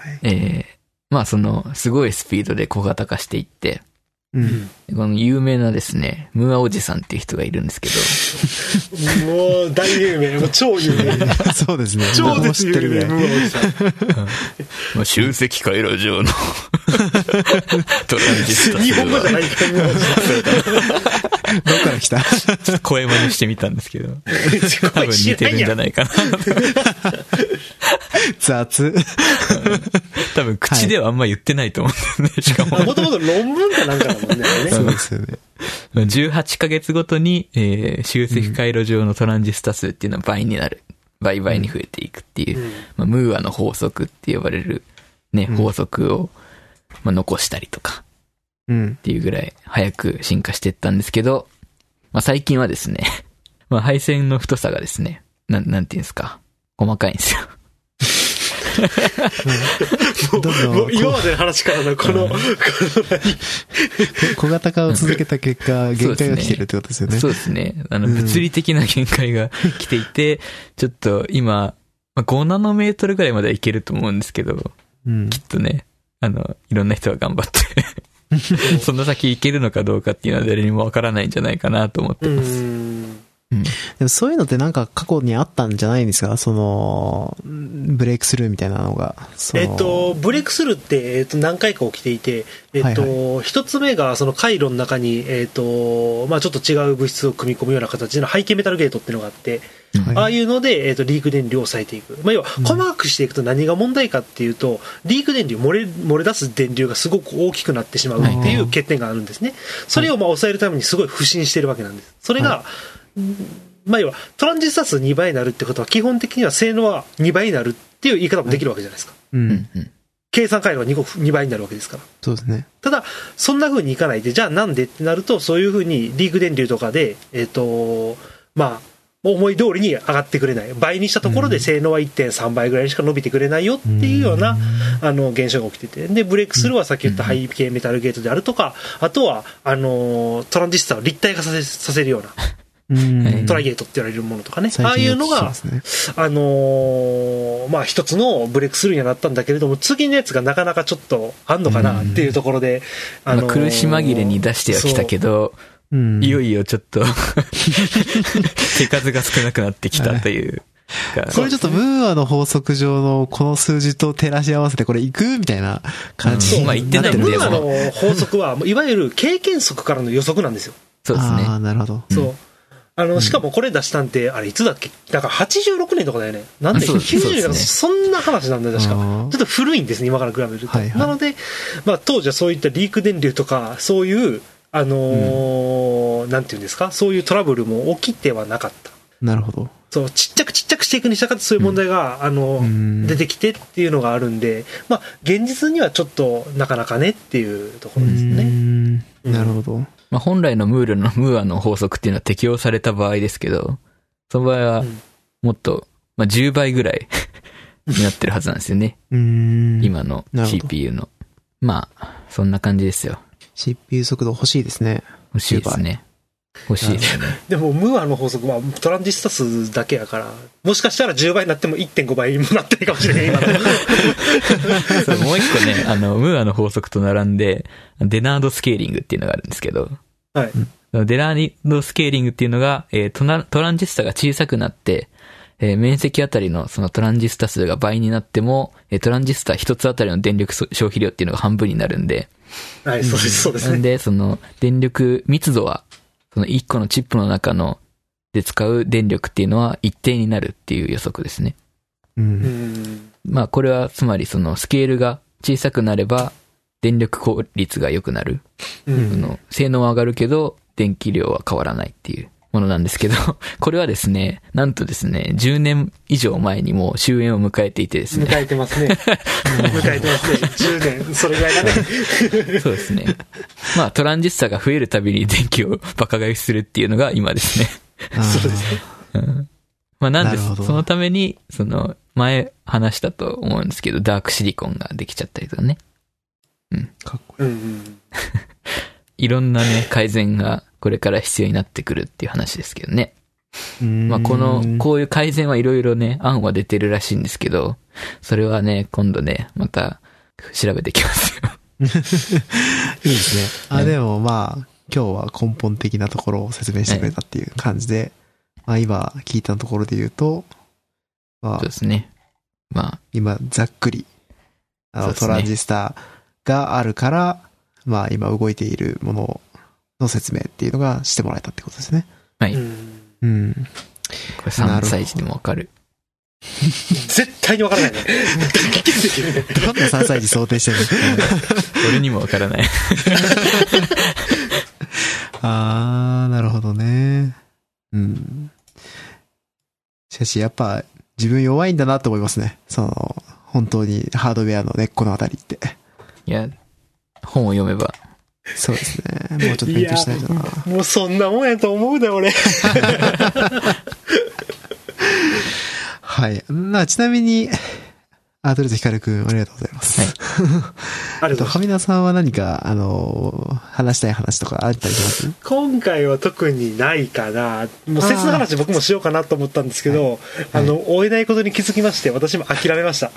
Speaker 2: まあすごいスピードで小型化していって、この有名なですね、ムーアおじさんっていう人がいるんですけど。
Speaker 3: もう大有名、もう超有名。
Speaker 1: そうですね。
Speaker 3: 超絶有名、ムーアおじさ
Speaker 2: ん。集積回路上のトランジスタ。
Speaker 3: 日本語じゃないか、ムーアおじさん。
Speaker 1: どっから来た？
Speaker 2: ちょっと声真似してみたんですけど。多分似てるんじゃないかな。
Speaker 1: 雑。
Speaker 2: 多分口ではあんま言ってないと思うんだよね。しかも。
Speaker 3: もともと論文かなんかだもんね。
Speaker 1: そうですよね。
Speaker 2: 18ヶ月ごとに、集積回路上のトランジスタ数っていうのは倍になる。倍々に増えていくっていう、ムーアの法則って呼ばれるね、法則を、残したりとか。っていうぐらい早く進化していったんですけど、最近はですね、配線の太さがですね、なんていうんですか、細かいんですよ。
Speaker 3: もう今までの話からのこの
Speaker 1: 小型化を続けた結果、限界が来てるってことですよね。
Speaker 2: そうですね。物理的な限界が来ていて、ちょっと今、5ナノメートルぐらいまではいけると思うんですけど、きっとね、いろんな人が頑張って、その先いけるのかどうかっていうのは誰にもわからないんじゃないかなと思ってます。
Speaker 1: でもそういうのってなんか過去にあったんじゃないんですか？ブレイクスルーみたいなのが。
Speaker 3: ブレイクスルーって、何回か起きていて、一つ目がその回路の中に、ちょっと違う物質を組み込むような形の背景メタルゲートっていうのがあって、ああいうので、リーク電流を抑えていく。要は、細かくしていくと何が問題かっていうと、リーク電流、漏れ出す電流がすごく大きくなってしまうっていう欠点があるんですね。それを抑えるためにすごい不信してるわけなんです。それが、要は、トランジスタ数2倍になるってことは、基本的には性能は2倍になるっていう言い方もできるわけじゃないですか。計算回路が2倍になるわけですから。
Speaker 1: そうですね。
Speaker 3: ただ、そんな風にいかないで、じゃあなんでってなると、そういう風にリーク電流とかで、思い通りに上がってくれない。倍にしたところで性能は 1.3 倍ぐらいにしか伸びてくれないよっていうような、現象が起きてて。で、ブレイクスルーはさっき言った背景メタルゲートであるとか、あとは、トランジスタを立体化させるような、トライゲートって言われるものとかね。ああいうのが、一つのブレイクスルーにはなったんだけれども、次のやつがなかなかちょっとあんのかなっていうところで、
Speaker 2: 苦し紛れに出してはきたけど、いよいよちょっと手数が少なくなってきたという。
Speaker 1: これちょっとムーアの法則上のこの数字と照らし合わせてこれいくみたいな感じになってるんで。
Speaker 3: ムーアの法則はいわゆる経験則からの予測なんですよ。
Speaker 2: そうですね。
Speaker 1: なるほど。
Speaker 3: そう。しかもこれ出したんて、あれいつだっけ？だから86年とかだよね。なんで ?90 年とかそんな話なんだよ、確か。ちょっと古いんですね、今から比べると。なので、当時はそういったリーク電流とか、そういう、なんていうんですか、そういうトラブルも起きてはなかった。
Speaker 1: なるほど。
Speaker 3: そう、ちっちゃくしていくにしたがってそういう問題が、出てきてっていうのがあるんで、現実にはちょっとなかなかねっていうところですね。
Speaker 1: なるほど。
Speaker 2: 本来のムーアの法則っていうのは適用された場合ですけど、その場合はもっと、10倍ぐらいになってるはずなんですよね。今の CPU の。そんな感じですよ。
Speaker 1: CPU 速度欲しいですね。
Speaker 2: 欲しいですね。欲しいですね。
Speaker 3: でも、ムーアの法則はトランジスタ数だけやから、もしかしたら10倍になっても 1.5 倍にもなってるかもしれない、今の。
Speaker 2: そう、もう一個ね、ムーアの法則と並んで、デナードスケーリングっていうのがあるんですけど、
Speaker 3: はい。
Speaker 2: デナードスケーリングっていうのが、トランジスタが小さくなって、面積あたりのそのトランジスタ数が倍になっても、トランジスタ一つあたりの電力消費量っていうのが半分になるんで。
Speaker 3: はい、そうです、そうですね。
Speaker 2: なんで、その電力密度は、その一個のチップの中ので使う電力っていうのは一定になるっていう予測ですね。まあこれはつまりそのスケールが小さくなれば電力効率が良くなる。性能は上がるけど電気量は変わらないっていうものなんですけど、これはですね、なんとですね、10年以上前にもう終焉を迎えていてですね。
Speaker 3: 迎えてますね。迎えてますね。10年、それぐらいだね。
Speaker 2: そうですね。まあトランジスタが増えるたびに電気をバカ買いするっていうのが今ですね。
Speaker 3: そうですね。
Speaker 2: まあなんで、そのために、その前話したと思うんですけど、ダークシリコンができちゃったりとかね。
Speaker 1: かっこいい。
Speaker 2: いろんなね、改善がこれから必要になってくるっていう話ですけどね。まあこういう改善はいろいろね、案は出てるらしいんですけど、それはね、今度ね、また調べてきますよ。
Speaker 1: いいですね。でもまあ、今日は根本的なところを説明してくれたっていう感じで、まあ今聞いたところで言うと、まあ、
Speaker 2: そうですね。まあ、
Speaker 1: 今ざっくり、トランジスタがあるから、まあ今動いているものの説明っていうのがしてもらえたってことですね。
Speaker 2: はい。これ3歳児でもわかる。
Speaker 3: 絶対にわからないね。
Speaker 1: どんな3歳児想定してるの
Speaker 2: 俺にもわからない。
Speaker 1: なるほどね。しかしやっぱ自分弱いんだなと思いますね。本当にハードウェアの根っこのあたりって。
Speaker 2: いや、本を読めば。
Speaker 1: そうですね。もうちょっと勉強しないとな。
Speaker 3: もうそんなもんやと思うで、俺。
Speaker 1: はい。ちなみに、とりあえずヒカルくん、ありがとうございます。はい。はみなさんは何か、話したい話とかあったりします？
Speaker 3: 今回は特にないかな。もう切な話僕もしようかなと思ったんですけど、追えないことに気づきまして、私も諦めました。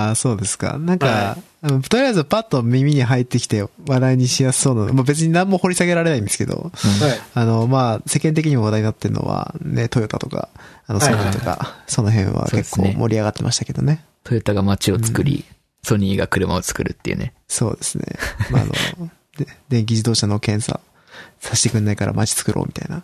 Speaker 1: そうですか。なんか、とりあえずパッと耳に入ってきて話題にしやすそうなの。まあ、別に何も掘り下げられないんですけど、まあ、世間的にも話題になってるのは、ね、トヨタとか、ソニーとか、その辺は結構盛り上がってましたけどね。
Speaker 2: トヨタが街を作り、ソニーが車を作るっていうね。
Speaker 1: そうですね。まあ、電気自動車の検査させてくんないから街作ろうみたいな。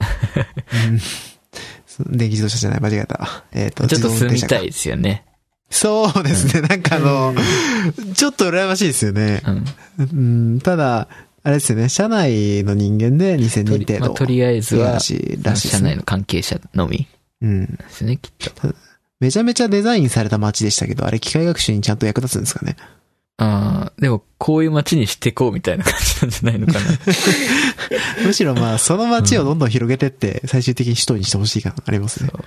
Speaker 1: 電気自動車じゃない、間違えた。
Speaker 2: ちょっと住みたいですよね。
Speaker 1: そうですね。なんかちょっと羨ましいですよね。ただ、あれですよね。社内の人間で2000人程度。
Speaker 2: とりあえずは、社内の関係者のみ。ですね、きっと。
Speaker 1: めちゃめちゃデザインされた街でしたけど、あれ機械学習にちゃんと役立つんですかね。
Speaker 2: でも、こういう街にしてこうみたいな感じなんじゃないのかな。
Speaker 1: むしろまあ、その街をどんどん広げてって、最終的に首都にしてほしい感がありますね。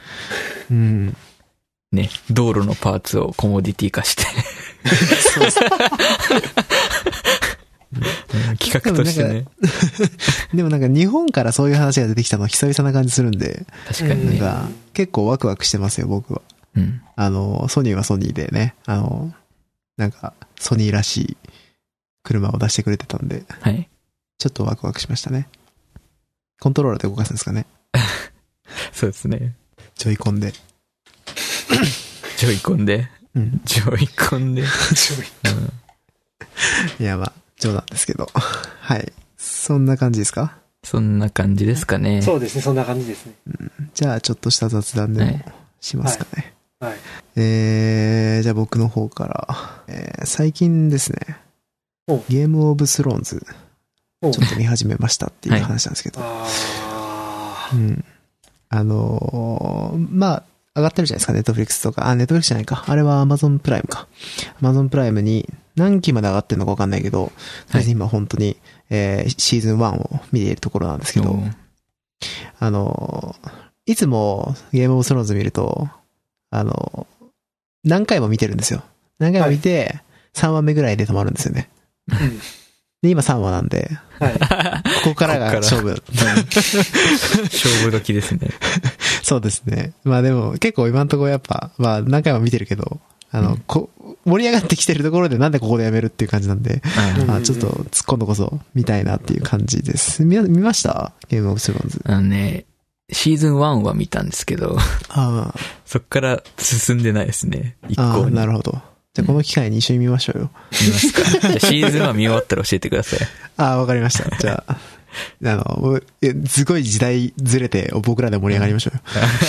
Speaker 2: ね、道路のパーツをコモディティ化して。そうそう。企画としてね。
Speaker 1: でもなんか日本からそういう話が出てきたのは久々な感じするんで。
Speaker 2: 確かにね。
Speaker 1: なんか結構ワクワクしてますよ、僕は。ソニーはソニーでね、なんかソニーらしい車を出してくれてたんで。
Speaker 2: はい。
Speaker 1: ちょっとワクワクしましたね。コントローラーで動かすんですかね。
Speaker 2: そうですね。
Speaker 1: ジョイコンで。
Speaker 2: ジョイコンで。ジョイコンで。
Speaker 1: いや、まあ、冗談ですけど。はい。そんな感じですか？
Speaker 2: そんな感じですかね。
Speaker 3: そうですね、そんな感じですね。
Speaker 1: じゃあ、ちょっとした雑談でもしますかね。
Speaker 3: はい。
Speaker 1: じゃあ僕の方から、最近ですね、ゲームオブスローンズ、ちょっと見始めましたっていう話なんですけど。まあ、上がってるじゃないですか、ネットフリックスとか。ネットフリックスじゃないか。あれはアマゾンプライムか。アマゾンプライムに何期まで上がってるのかわかんないけど、今本当に、シーズン1を見ているところなんですけど、いつもゲームオブスローンズ見ると、何回も見てるんですよ。何回も見て、3話目ぐらいで止まるんですよね。 で、今3話なんで、
Speaker 3: はい。
Speaker 1: ここからが勝負。
Speaker 2: 勝負時ですね。
Speaker 1: そうですね。まあでも、結構今のところやっぱ、まあ何回も見てるけど、盛り上がってきてるところでなんでここでやめるっていう感じなんで、ちょっと今度こそ見たいなっていう感じです。見ましたゲームオブスローンズ。
Speaker 2: ね、シーズン1は見たんですけど、そっから進んでないですね。一向に。
Speaker 1: なるほど。じゃあこの機会に一緒に見ましょうよ。
Speaker 2: 見ますか。じゃあシーズン1見終わったら教えてください。
Speaker 1: わかりました。じゃあ、すごい時代ずれて僕らで盛り上がりましょうよ。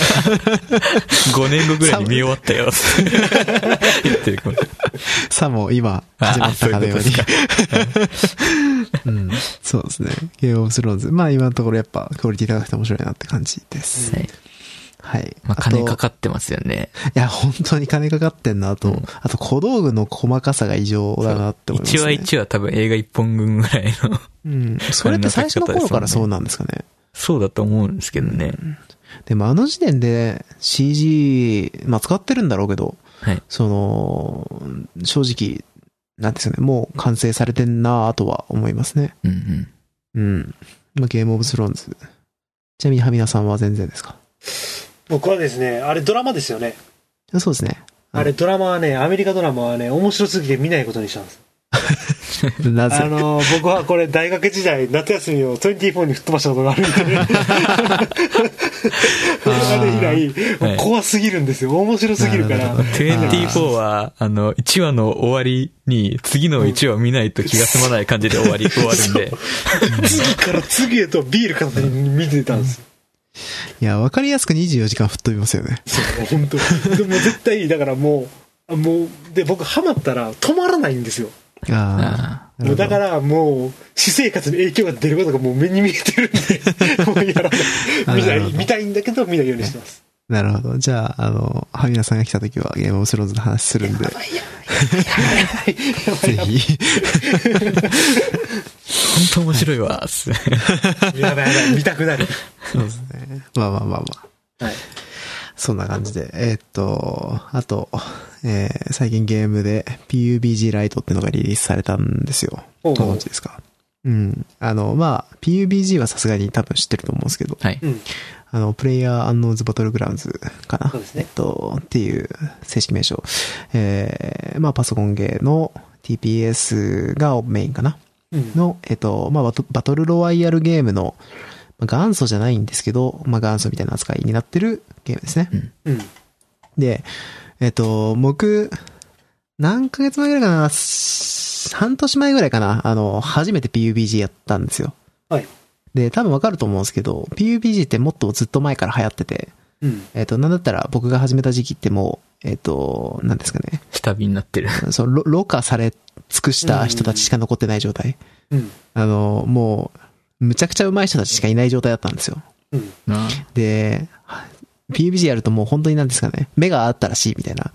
Speaker 2: 5年後ぐらいに見終わったよ。言ってるかも。
Speaker 1: さも今始まったかのように。うん、そうですね。ゲームオブスローンズ。まあ今のところやっぱクオリティ高くて面白いなって感じです。はい。
Speaker 2: まあ金かかってますよね。
Speaker 1: いや、本当に金かかってんなと、あと小道具の細かさが異常だなって思いますね。
Speaker 2: 1話1話多分映画1本分ぐらいの。
Speaker 1: うん。それって最初の頃からそうなんですかね。
Speaker 2: そうだと思うんですけどね。
Speaker 1: でもあの時点で CG、まあ使ってるんだろうけど、
Speaker 2: はい。
Speaker 1: 正直、なんですよね、もう完成されてんなぁとは思いますね。
Speaker 2: うん
Speaker 1: うん。うん。まあゲームオブスローンズ。ちなみにハミナさんは全然ですか？
Speaker 3: 僕はですね、あれドラマですよね。
Speaker 1: そうですね。
Speaker 3: あれドラマはね、アメリカドラマはね、面白すぎて見ないことにしたんです。
Speaker 1: なぜ？
Speaker 3: 僕はこれ大学時代夏休みを24に吹っ飛ばしたことがあるんで、あれ以来、怖すぎるんですよ。面白すぎるから。
Speaker 2: 24は、1話の終わりに、次の1話を見ないと気が済まない感じで終わるんで。
Speaker 3: 次から次へとビール片手に見てたんですよ。
Speaker 1: いや、わかりやすく24時間吹っ飛びますよね。
Speaker 3: そう、本当。でも絶対、だからもう、で、僕ハマったら止まらないんですよ。だからもう、私生活に影響が出ることがもう目に見えてるんで、もうやらない。見たいんだけど見ないようにしてます。
Speaker 1: なるほど。じゃあ、ハミナさんが来た時はゲームオブスローンズの話するんで。ぜひ。
Speaker 2: 本当面白いわ。
Speaker 3: やばい、見たくなる。
Speaker 1: そうですね。まあ。はい。そんな感じで。あと、最近ゲームで PUBG ライトってのがリリースされたんですよ。ご存知ですか？うん。まあ、PUBG はさすがに多分知ってると思うんですけど。
Speaker 2: はい。
Speaker 1: プレイヤーアンノーンズバトルグラウンズかな。
Speaker 3: そうですね。
Speaker 1: っていう正式名称。まあ、パソコンゲーの TPS がメインかな。の、まあ、バトルロワイヤルゲームの、元祖じゃないんですけど、まあ、元祖みたいな扱いになってるゲームですね。で、僕、何ヶ月前ぐらいかな、半年前ぐらいかな、初めて PUBG やったんですよ。
Speaker 3: はい。
Speaker 1: で、多分わかると思うんですけど、PUBG ってもっとずっと前から流行ってて、なんだったら僕が始めた時期ってもう、何ですかね。
Speaker 2: 下火になってる。
Speaker 1: そう、ろ過され尽くした人たちしか残ってない状態。もう、むちゃくちゃ上手い人たちしかいない状態だったんですよ。で、PUBG やるともう本当になんですかね、目があったらしいみたいな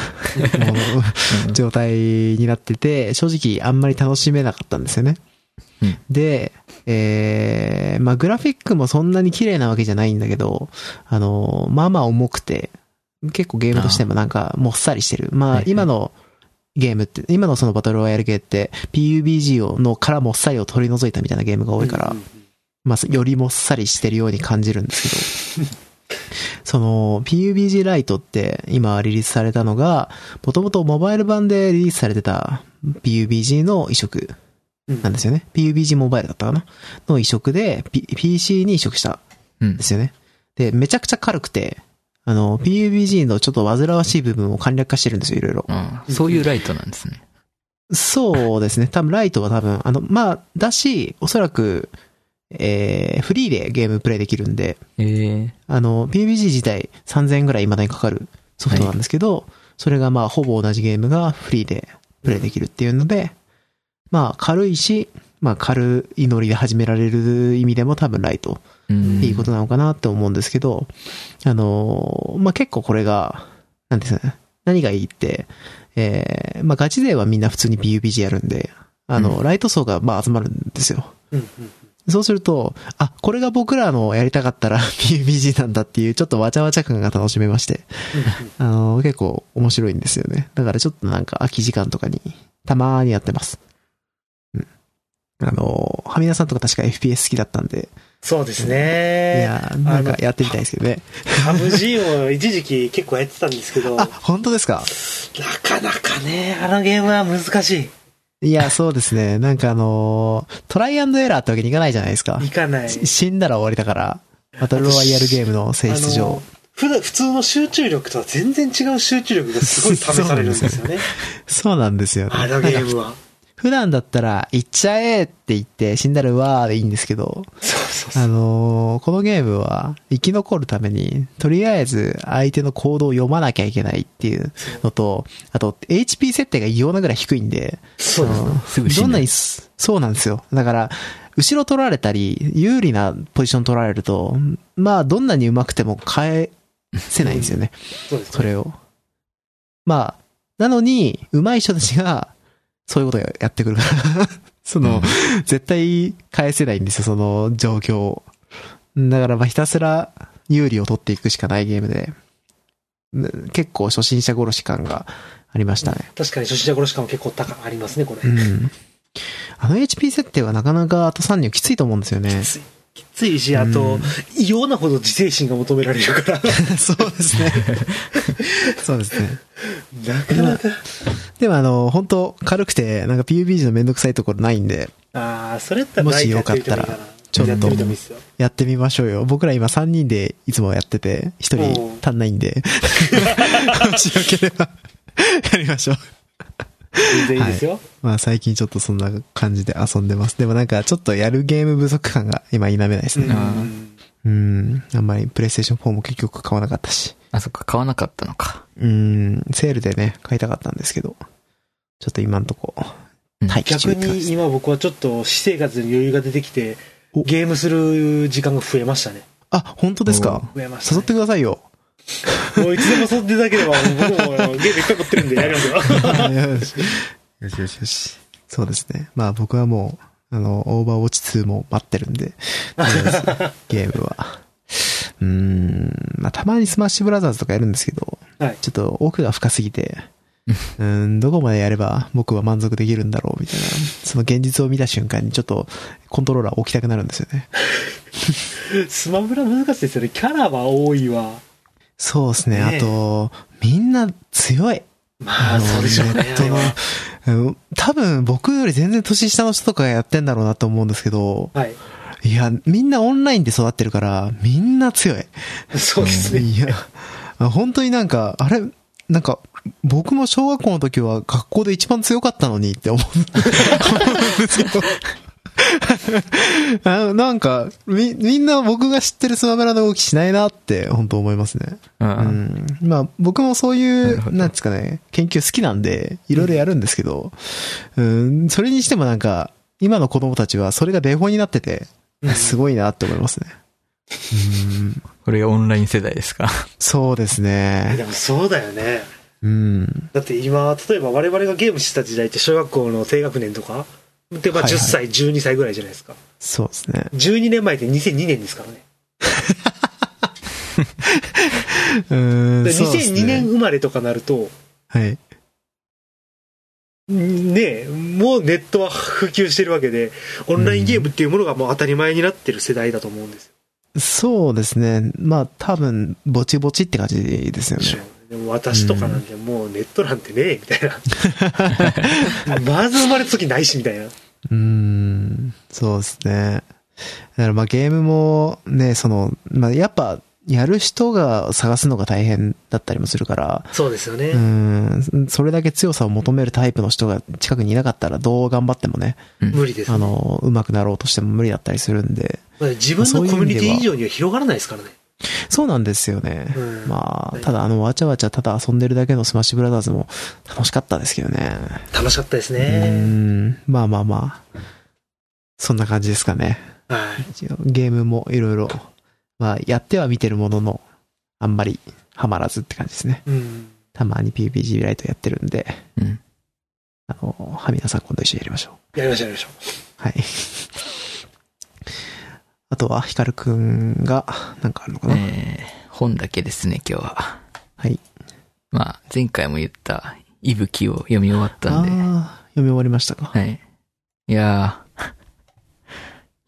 Speaker 1: 状態になってて、正直あんまり楽しめなかったんですよね。で、まあグラフィックもそんなに綺麗なわけじゃないんだけど、まあまあ重くて、結構ゲームとしてもなんかもっさりしてる。まあ今のゲームって、今のそのバトルロワイヤルゲーって PUBG のからもっさりを取り除いたみたいなゲームが多いから、まあよりもっさりしてるように感じるんですけど、その PUBG ライトって今リリースされたのが、もともとモバイル版でリリースされてた PUBG の移植なんですよね。PUBG モバイルだったかなの移植で、PC に移植したんですよね。で、めちゃくちゃ軽くて、PUBG のちょっと煩わしい部分を簡略化してるんですよ、いろいろ。
Speaker 2: そういうライトなんですね。
Speaker 1: そうですね。多分ライトは多分、まあ、だし、おそらく、フリーでゲームプレイできるんで、PUBG 自体3000円ぐらい未だにかかるソフトなんですけど、それがまあ、ほぼ同じゲームがフリーでプレイできるっていうので、まあ、軽いし、まあ、軽いノリで始められる意味でも多分ライトっていうことなのかなって思うんですけど、まあ、結構これが、なんですかね、何がいいって、まあ、ガチ勢はみんな普通に PUBG やるんで、ライト層がまあ集まるんですよ。そうすると、あ、これが僕らのやりたかったら PUBG なんだっていうちょっとわちゃわちゃ感が楽しめまして、結構面白いんですよね。だからちょっとなんか空き時間とかにたまーにやってます。 はみなさんとか確か FPS 好きだったんで。
Speaker 3: そうですね。
Speaker 1: いや、なんかやってみたいですけどね。
Speaker 3: パブ G も一時期結構やってたんですけど。
Speaker 1: あ、本当ですか？
Speaker 3: なかなかね、あのゲームは難しい。
Speaker 1: いや、そうですね。なんかトライアンドエラーってわけにいかないじゃないですか。
Speaker 3: いかない。
Speaker 1: 死んだら終わりだから、バトルロワイヤルゲームの性質上。
Speaker 3: 普通の集中力とは全然違う集中力がすごい試されるんですよね。
Speaker 1: そうなんですよね。
Speaker 3: あのゲームは。
Speaker 1: 普段だったら、行っちゃえって言って、死んだらうわーでいいんですけど、このゲームは、生き残るために、とりあえず、相手の行動を読まなきゃいけないっていうのと、あと、HP 設定が異様なぐらい低いんで、
Speaker 3: そうですね。
Speaker 1: どんなに、そうなんですよ。だから、後ろ取られたり、有利なポジション取られると、まあ、どんなに上手くても返せないんですよね。
Speaker 3: そうですね。
Speaker 1: それを。まあ、なのに、上手い人たちが、そういうことをやってくるから絶対返せないんですよ、その状況を。だからひたすら有利を取っていくしかないゲームで、結構初心者殺し感がありましたね。
Speaker 3: 確かに初心者殺し感は結構ありますね、これ。
Speaker 1: HP 設定はなかなか後参入きついと思うんですよね。
Speaker 3: きついし、あと、異様なほど自制心が求められるから。
Speaker 1: そうですね。そうですね。
Speaker 3: なかなか。
Speaker 1: でも本当軽くて、なんか PUBG のめんどくさいところないんで。
Speaker 3: それって
Speaker 1: もしよかったら、ちょっとやってみましょうよ。僕ら今3人でいつもやってて、1人足んないんで。もしよければ、やりましょう。
Speaker 3: 全然いいですよ。
Speaker 1: まあ最近ちょっとそんな感じで遊んでます。でもなんかちょっとやるゲーム不足感が今否めないですね。あんまりプレイステーション4も結局買わなかったし。
Speaker 2: あ、そっか、買わなかったのか。
Speaker 1: セールでね、買いたかったんですけど、ちょっと今んとこ、
Speaker 3: 逆に今僕はちょっと私生活に余裕が出てきて、ゲームする時間が増えましたね。
Speaker 1: あ、本当ですか？
Speaker 3: 増えました、
Speaker 1: 誘ってくださいよ。
Speaker 3: もういつでも誘っていただければ、僕もゲームいっぱい持ってるんでやりますよ。
Speaker 1: よしよしよし。そうですね。まあ僕はもう、オーバーウォッチ2も待ってるんで、ゲームは。まあたまにスマッシュブラザーズとかやるんですけど、ちょっと奥が深すぎて、どこまでやれば僕は満足できるんだろうみたいな、その現実を見た瞬間にちょっとコントローラー置きたくなるんですよね。
Speaker 3: スマブラ難しいですよね。キャラは多いわ。
Speaker 1: そうですね。あと、みんな強い。
Speaker 3: まあ、そうでしょうね。
Speaker 1: 多分僕より全然年下の人とかがやってんだろうなと思うんですけど、いや、みんなオンラインで育ってるから、みんな強い。
Speaker 3: そうですね。
Speaker 1: いや、本当になんか、あれ、なんか、僕も小学校の時は学校で一番強かったのにって思うんですよ。なんか、みんな僕が知ってるスマブラの動きしないなって本当思いますね。まあ僕もそういう、なんですかね、研究好きなんで、いろいろやるんですけど、それにしてもなんか、今の子供たちはそれがデフォになってて、すごいなって思いますね。
Speaker 2: これがオンライン世代ですか？
Speaker 1: そうですね。
Speaker 3: でもそうだよね。だって今、例えば我々がゲームしてた時代って小学校の低学年とかで、まあ10歳、12歳ぐらいじゃないですか。
Speaker 1: そうですね。
Speaker 3: 12年前って2002年ですからね。2002年生まれとかなると、
Speaker 1: はい。
Speaker 3: ねえ、もうネットは普及してるわけで、オンラインゲームっていうものがもう当たり前になってる世代だと思うんですよ。
Speaker 1: そうですね。まあ多分、ぼちぼちって感じですよね。
Speaker 3: でも私とかなんてもうネットなんてねえ、みたいな。まず生まれた時ないし、みたいな。
Speaker 1: そうですね。だからまあゲームもね、まあやっぱ、やる人が探すのが大変だったりもするから。
Speaker 3: そうですよね。
Speaker 1: それだけ強さを求めるタイプの人が近くにいなかったらどう頑張ってもね。
Speaker 3: 無理ですね。
Speaker 1: 上手くなろうとしても無理だったりするんで。
Speaker 3: 自分のコミュニティ以上には広がらないですからね。
Speaker 1: そうなんですよね。まあ、ただわちゃわちゃただ遊んでるだけのスマッシュブラザーズも楽しかったですけどね。
Speaker 3: 楽しかったですね。
Speaker 1: まあまあまあ。そんな感じですかね。ゲームもいろいろ。まあ、やっては見てるものの、あんまりハマらずって感じですね。たまに PUBG ライトやってるんで、はみなさん今度一緒にやりましょ
Speaker 3: う。やりましょう。
Speaker 1: はい。あとは、ヒカルくんが、なんかあるのかな？
Speaker 2: 本だけですね、今日は。
Speaker 1: はい。
Speaker 2: まあ、前回も言った、いぶきを読み終わったんで。
Speaker 1: 読み終わりましたか？
Speaker 2: はい。いやー、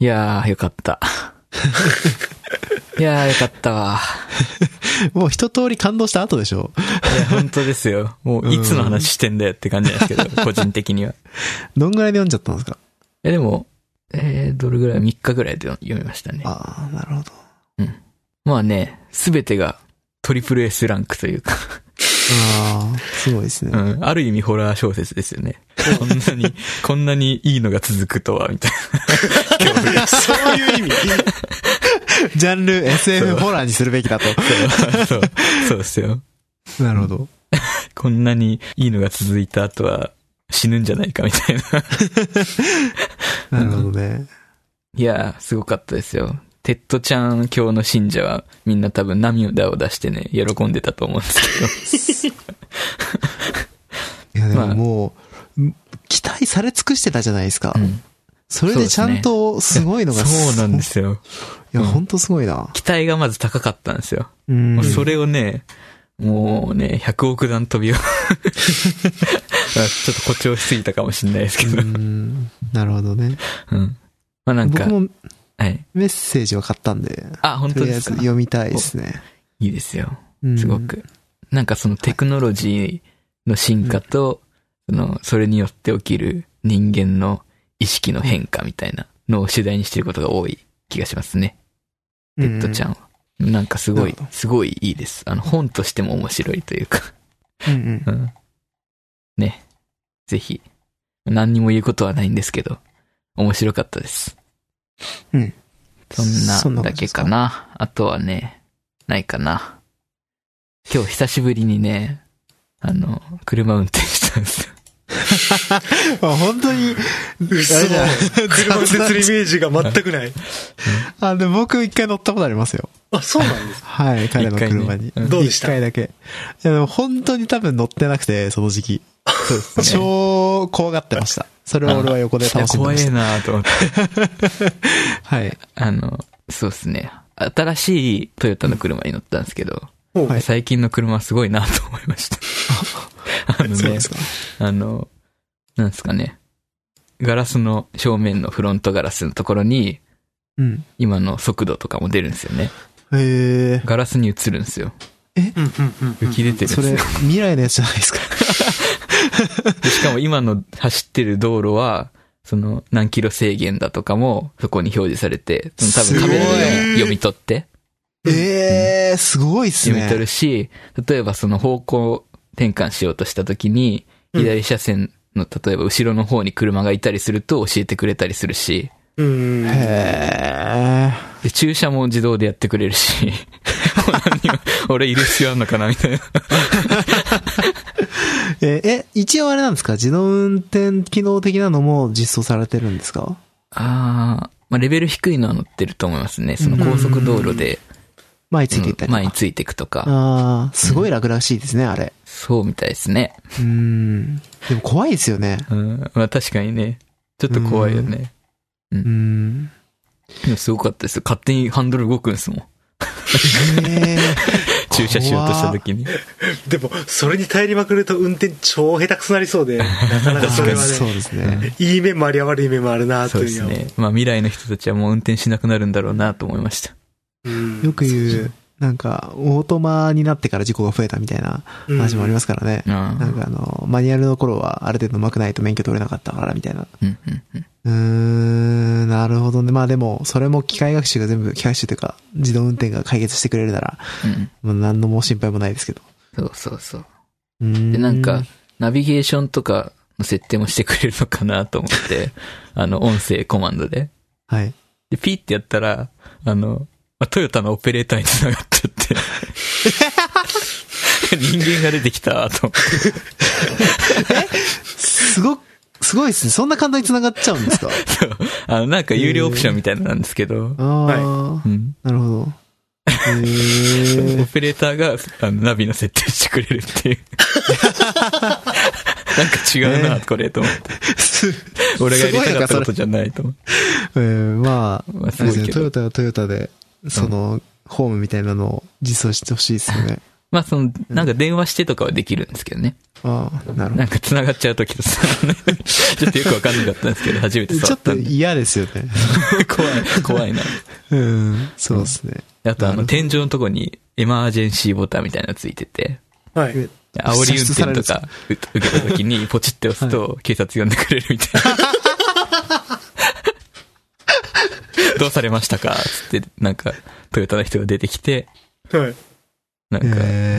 Speaker 2: いやー、よかった。いやー、よかったわ。
Speaker 1: もう一通り感動した後でしょ。
Speaker 2: いや、本当ですよ。もういつの話してんだよって感じなんですけど、個人的には。
Speaker 1: どんぐらいで読んじゃったんですか？
Speaker 2: でも、どれぐらい ?3 日ぐらいで読みましたね。
Speaker 1: ああ、なるほど。
Speaker 2: うん。まあね、すべてがトリプル S ランクというか。
Speaker 1: ああ、すごいですね。
Speaker 2: うん。ある意味ホラー小説ですよね。こんなにいいのが続くとは、みたい
Speaker 3: な。そういう意味。
Speaker 1: ジャンル SF ホラーにするべきだと。
Speaker 2: そうですよ。
Speaker 1: なるほど。
Speaker 2: こんなにいいのが続いた後は死ぬんじゃないかみたい
Speaker 1: な。なるほどね。
Speaker 2: いやー、すごかったですよ。テッドちゃん教の信者はみんな多分涙を出してね、喜んでたと思うんですけど。
Speaker 1: いやでももう、期待され尽くしてたじゃないですか。うん、それでちゃんとすごいのが
Speaker 2: そうなんですよ。
Speaker 1: いや、ほんとすごいな。
Speaker 2: 期待がまず高かったんですよ。もうそれをね、もうね、100億段飛びをちょっと誇張しすぎたかもしれないですけど。
Speaker 1: なるほどね。
Speaker 2: うん。まあなんか、
Speaker 1: 僕も
Speaker 2: はい、
Speaker 1: メッセージは買ったんで、
Speaker 2: あ、本当ですか。
Speaker 1: とりあえず読みたいですね。
Speaker 2: いいですよ。すごく。なんかそのテクノロジーの進化と、それによって起きる人間の意識の変化みたいなのを主題にしていることが多い気がしますね。テッドちゃんは。なんかすごいいいです。本としても面白いというか。ね。ぜひ。何にも言うことはないんですけど、面白かったです。
Speaker 1: うん。
Speaker 2: そんなだけかな。あとはね、ないかな。今日久しぶりにね、車運転したんですよ。
Speaker 1: 本当に、
Speaker 3: 嘘。車運転するイメージが全くない。
Speaker 1: でも僕一回乗ったことありますよ。
Speaker 3: あ、そうなんですか？
Speaker 1: はい、彼の車に。
Speaker 3: どうでした？
Speaker 1: 一回だけ。いやでも本当に多分乗ってなくて、その時期。
Speaker 2: そうですね。
Speaker 1: 超怖がってました。それを俺は横で楽しんでました。
Speaker 2: 怖いなと思って。
Speaker 1: はい。
Speaker 2: そうですね。新しいトヨタの車に乗ったんですけど、
Speaker 1: はい、
Speaker 2: 最近の車すごいなと思いました。なんですかね。ガラスの正面のフロントガラスのところに、今の速度とかも出るんですよね。
Speaker 1: へー。
Speaker 2: ガラスに映るんですよ。浮き出てるんですよ。
Speaker 1: それ、未来のやつじゃないですか。
Speaker 2: しかも今の走ってる道路は、何キロ制限だとかも、そこに表示されて、多分カメラで読み取って。
Speaker 1: すごいっすね。
Speaker 2: 読み取るし、例えば方向転換しようとした時に、左車線の、例えば後ろの方に車がいたりすると教えてくれたりするし、
Speaker 1: へ
Speaker 2: で、駐車も自動でやってくれるし、俺いる必要あんのかなみたいな。
Speaker 1: 一応あれなんですか？自動運転機能的なのも実装されてるんですか？
Speaker 2: まあ、レベル低いのは乗ってると思いますね。高速道路で。
Speaker 1: 前についていったりとか。
Speaker 2: 前についていくとか。
Speaker 1: すごい楽らしいですね、あれ。
Speaker 2: そうみたいですね。
Speaker 1: でも怖いですよね。
Speaker 2: まあ確かにね。ちょっと怖いよね。でもすごかったですよ。勝手にハンドル動くんですもん。駐車しようとした時に。
Speaker 3: でも、それに頼りまくると運転超下手くそなりそうで、なかなかそれはね、
Speaker 1: そうですね。
Speaker 3: いい面もあり悪い面もあるなという。
Speaker 2: そうですね。まあ未来の人たちはもう運転しなくなるんだろうなと思いました。
Speaker 1: よく言う、なんか、オートマになってから事故が増えたみたいな話もありますからね。なんかマニュアルの頃はある程度上手くないと免許取れなかったからみたいな。なるほどね。まあでも、それも機械学習が全部、機械学習というか、自動運転が解決してくれるなら、もう何のも心配もないですけど。
Speaker 2: そう。で、なんか、ナビゲーションとかの設定もしてくれるのかなと思って、音声コマンドで。
Speaker 1: はい。
Speaker 2: で、ピーってやったら、トヨタのオペレーターに繋がっちゃって。人間が出てきた、と思って。
Speaker 1: すごいですね。そんな簡単に繋がっちゃうんですか？
Speaker 2: そう。なんか有料オプションみたいなんですけど。
Speaker 1: はい。なるほど。
Speaker 2: オペレーターがナビの設定してくれるっていう。なんか違うな、これ、と思って。俺がやりたかったことじゃないと思って。
Speaker 1: まあ、トヨタはトヨタで、ホームみたいなのを実装してほしいですよね。
Speaker 2: まあなんか電話してとかはできるんですけどね。
Speaker 1: ああ、なるほど。
Speaker 2: なんか繋がっちゃうときとさ、ちょっとよくわかんなかったんですけど、初めて触ったんで。
Speaker 1: ちょっと嫌ですよね。
Speaker 2: 怖いな。
Speaker 1: うん、そうですね。
Speaker 2: あと天井のとこにエマージェンシーボタンみたいなのついてて、
Speaker 3: はい。
Speaker 2: 煽り運転とか受けたときにポチって押すと警察呼んでくれるみたいな。どうされましたかつって、なんか、トヨタの人が出てきて、
Speaker 3: はい。
Speaker 2: なんか、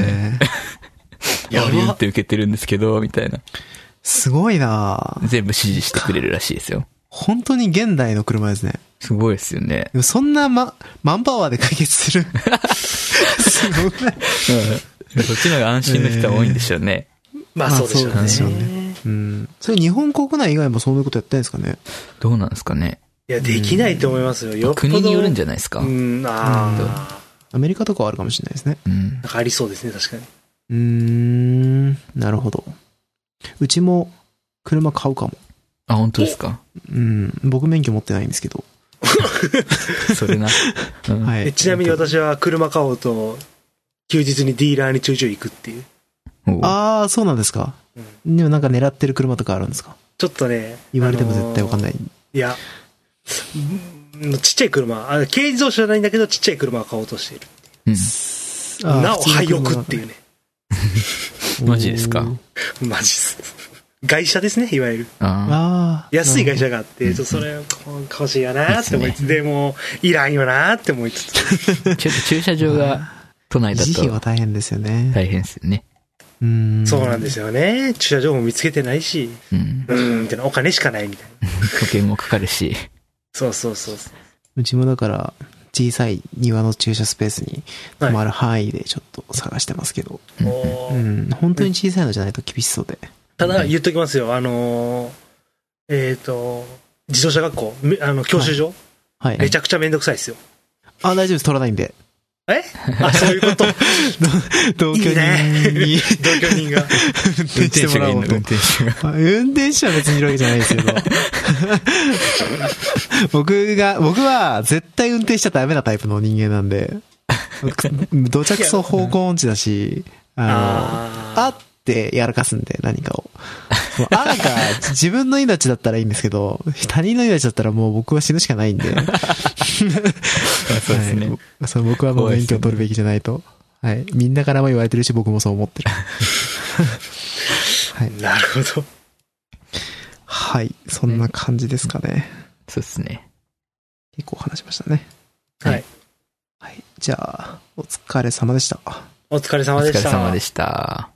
Speaker 2: 煽り運転受けてるんですけど、みたいな。
Speaker 1: すごいな
Speaker 2: 全部指示してくれるらしいですよ。
Speaker 1: 本当に現代の車ですね。
Speaker 2: すごいですよね。
Speaker 1: でもそんなマンパワーで解決する。すごくない？
Speaker 2: そっちの方が安心の人は多いんでしょうね。
Speaker 3: まあそうでしょうね。
Speaker 1: うん。それ日本国内以外もそういうことやってるんですかね？
Speaker 2: どうなんですかね。
Speaker 3: いや、できないと思いますよ。よっぽど
Speaker 2: 国によるんじゃないですか。
Speaker 1: アメリカとかはあるかもしれないですね。
Speaker 3: なんかありそうですね、確かに。
Speaker 1: なるほど。うちも車買うかも。
Speaker 2: あ、本当ですか？
Speaker 1: 僕免許持ってないんですけど。
Speaker 2: それな。
Speaker 1: はい。
Speaker 3: ちなみに私は車買おうと、休日にディーラーにちょいちょい行くっていう。
Speaker 1: ああ、そうなんですか。でもなんか狙ってる車とかあるんですか？
Speaker 3: ちょっとね。
Speaker 1: 言われても絶対わかんない。
Speaker 3: いや、ちっちゃい車、軽自動車じゃないんだけど、ちっちゃい車を買おうとしている。なお、廃屋っていうね。
Speaker 2: マジですか？
Speaker 3: マジです。外車ですね、いわゆる。安い外車があって、それ欲しいよなって思いつつ、でも、いらんよなって思いつつ。
Speaker 2: 駐車場が都内だと。
Speaker 1: 維持費は大変ですよね。
Speaker 2: 大変ですよね。
Speaker 3: そうなんですよね。駐車場も見つけてないし、ってお金しかないみたいな。
Speaker 2: 保険もかかるし。
Speaker 3: そう。
Speaker 1: うちもだから、小さい庭の駐車スペースに止まる範囲でちょっと探してますけど。本当に小さいのじゃないと厳しそうで。
Speaker 3: ただ、言っときますよ。自動車学校、教習所、めちゃくちゃめんどくさいですよ。
Speaker 1: 大丈夫です。取らないんで。
Speaker 3: そういうこと。
Speaker 1: 同居人に。
Speaker 3: 同居人が。
Speaker 1: 運転してもらおうと。運転手は別にいるわけじゃないですけど。僕は絶対運転しちゃダメなタイプの人間なんで、どちゃくそ方向音痴だし、ってやらかすんで、何かを。が自分の命だったらいいんですけど、他人の命だったらもう僕は死ぬしかないんで。
Speaker 2: そうですね。
Speaker 1: 僕はもう免許を取るべきじゃないと。はい。みんなからも言われてるし、僕もそう思ってる。
Speaker 3: はい。なるほど。
Speaker 1: はい。そんな感じですかね。
Speaker 2: そうですね。
Speaker 1: 結構話しましたね。
Speaker 3: はい。
Speaker 1: はい。じゃあ、お疲れ様でした。
Speaker 3: お疲れ様でした。
Speaker 2: お疲れ様でした。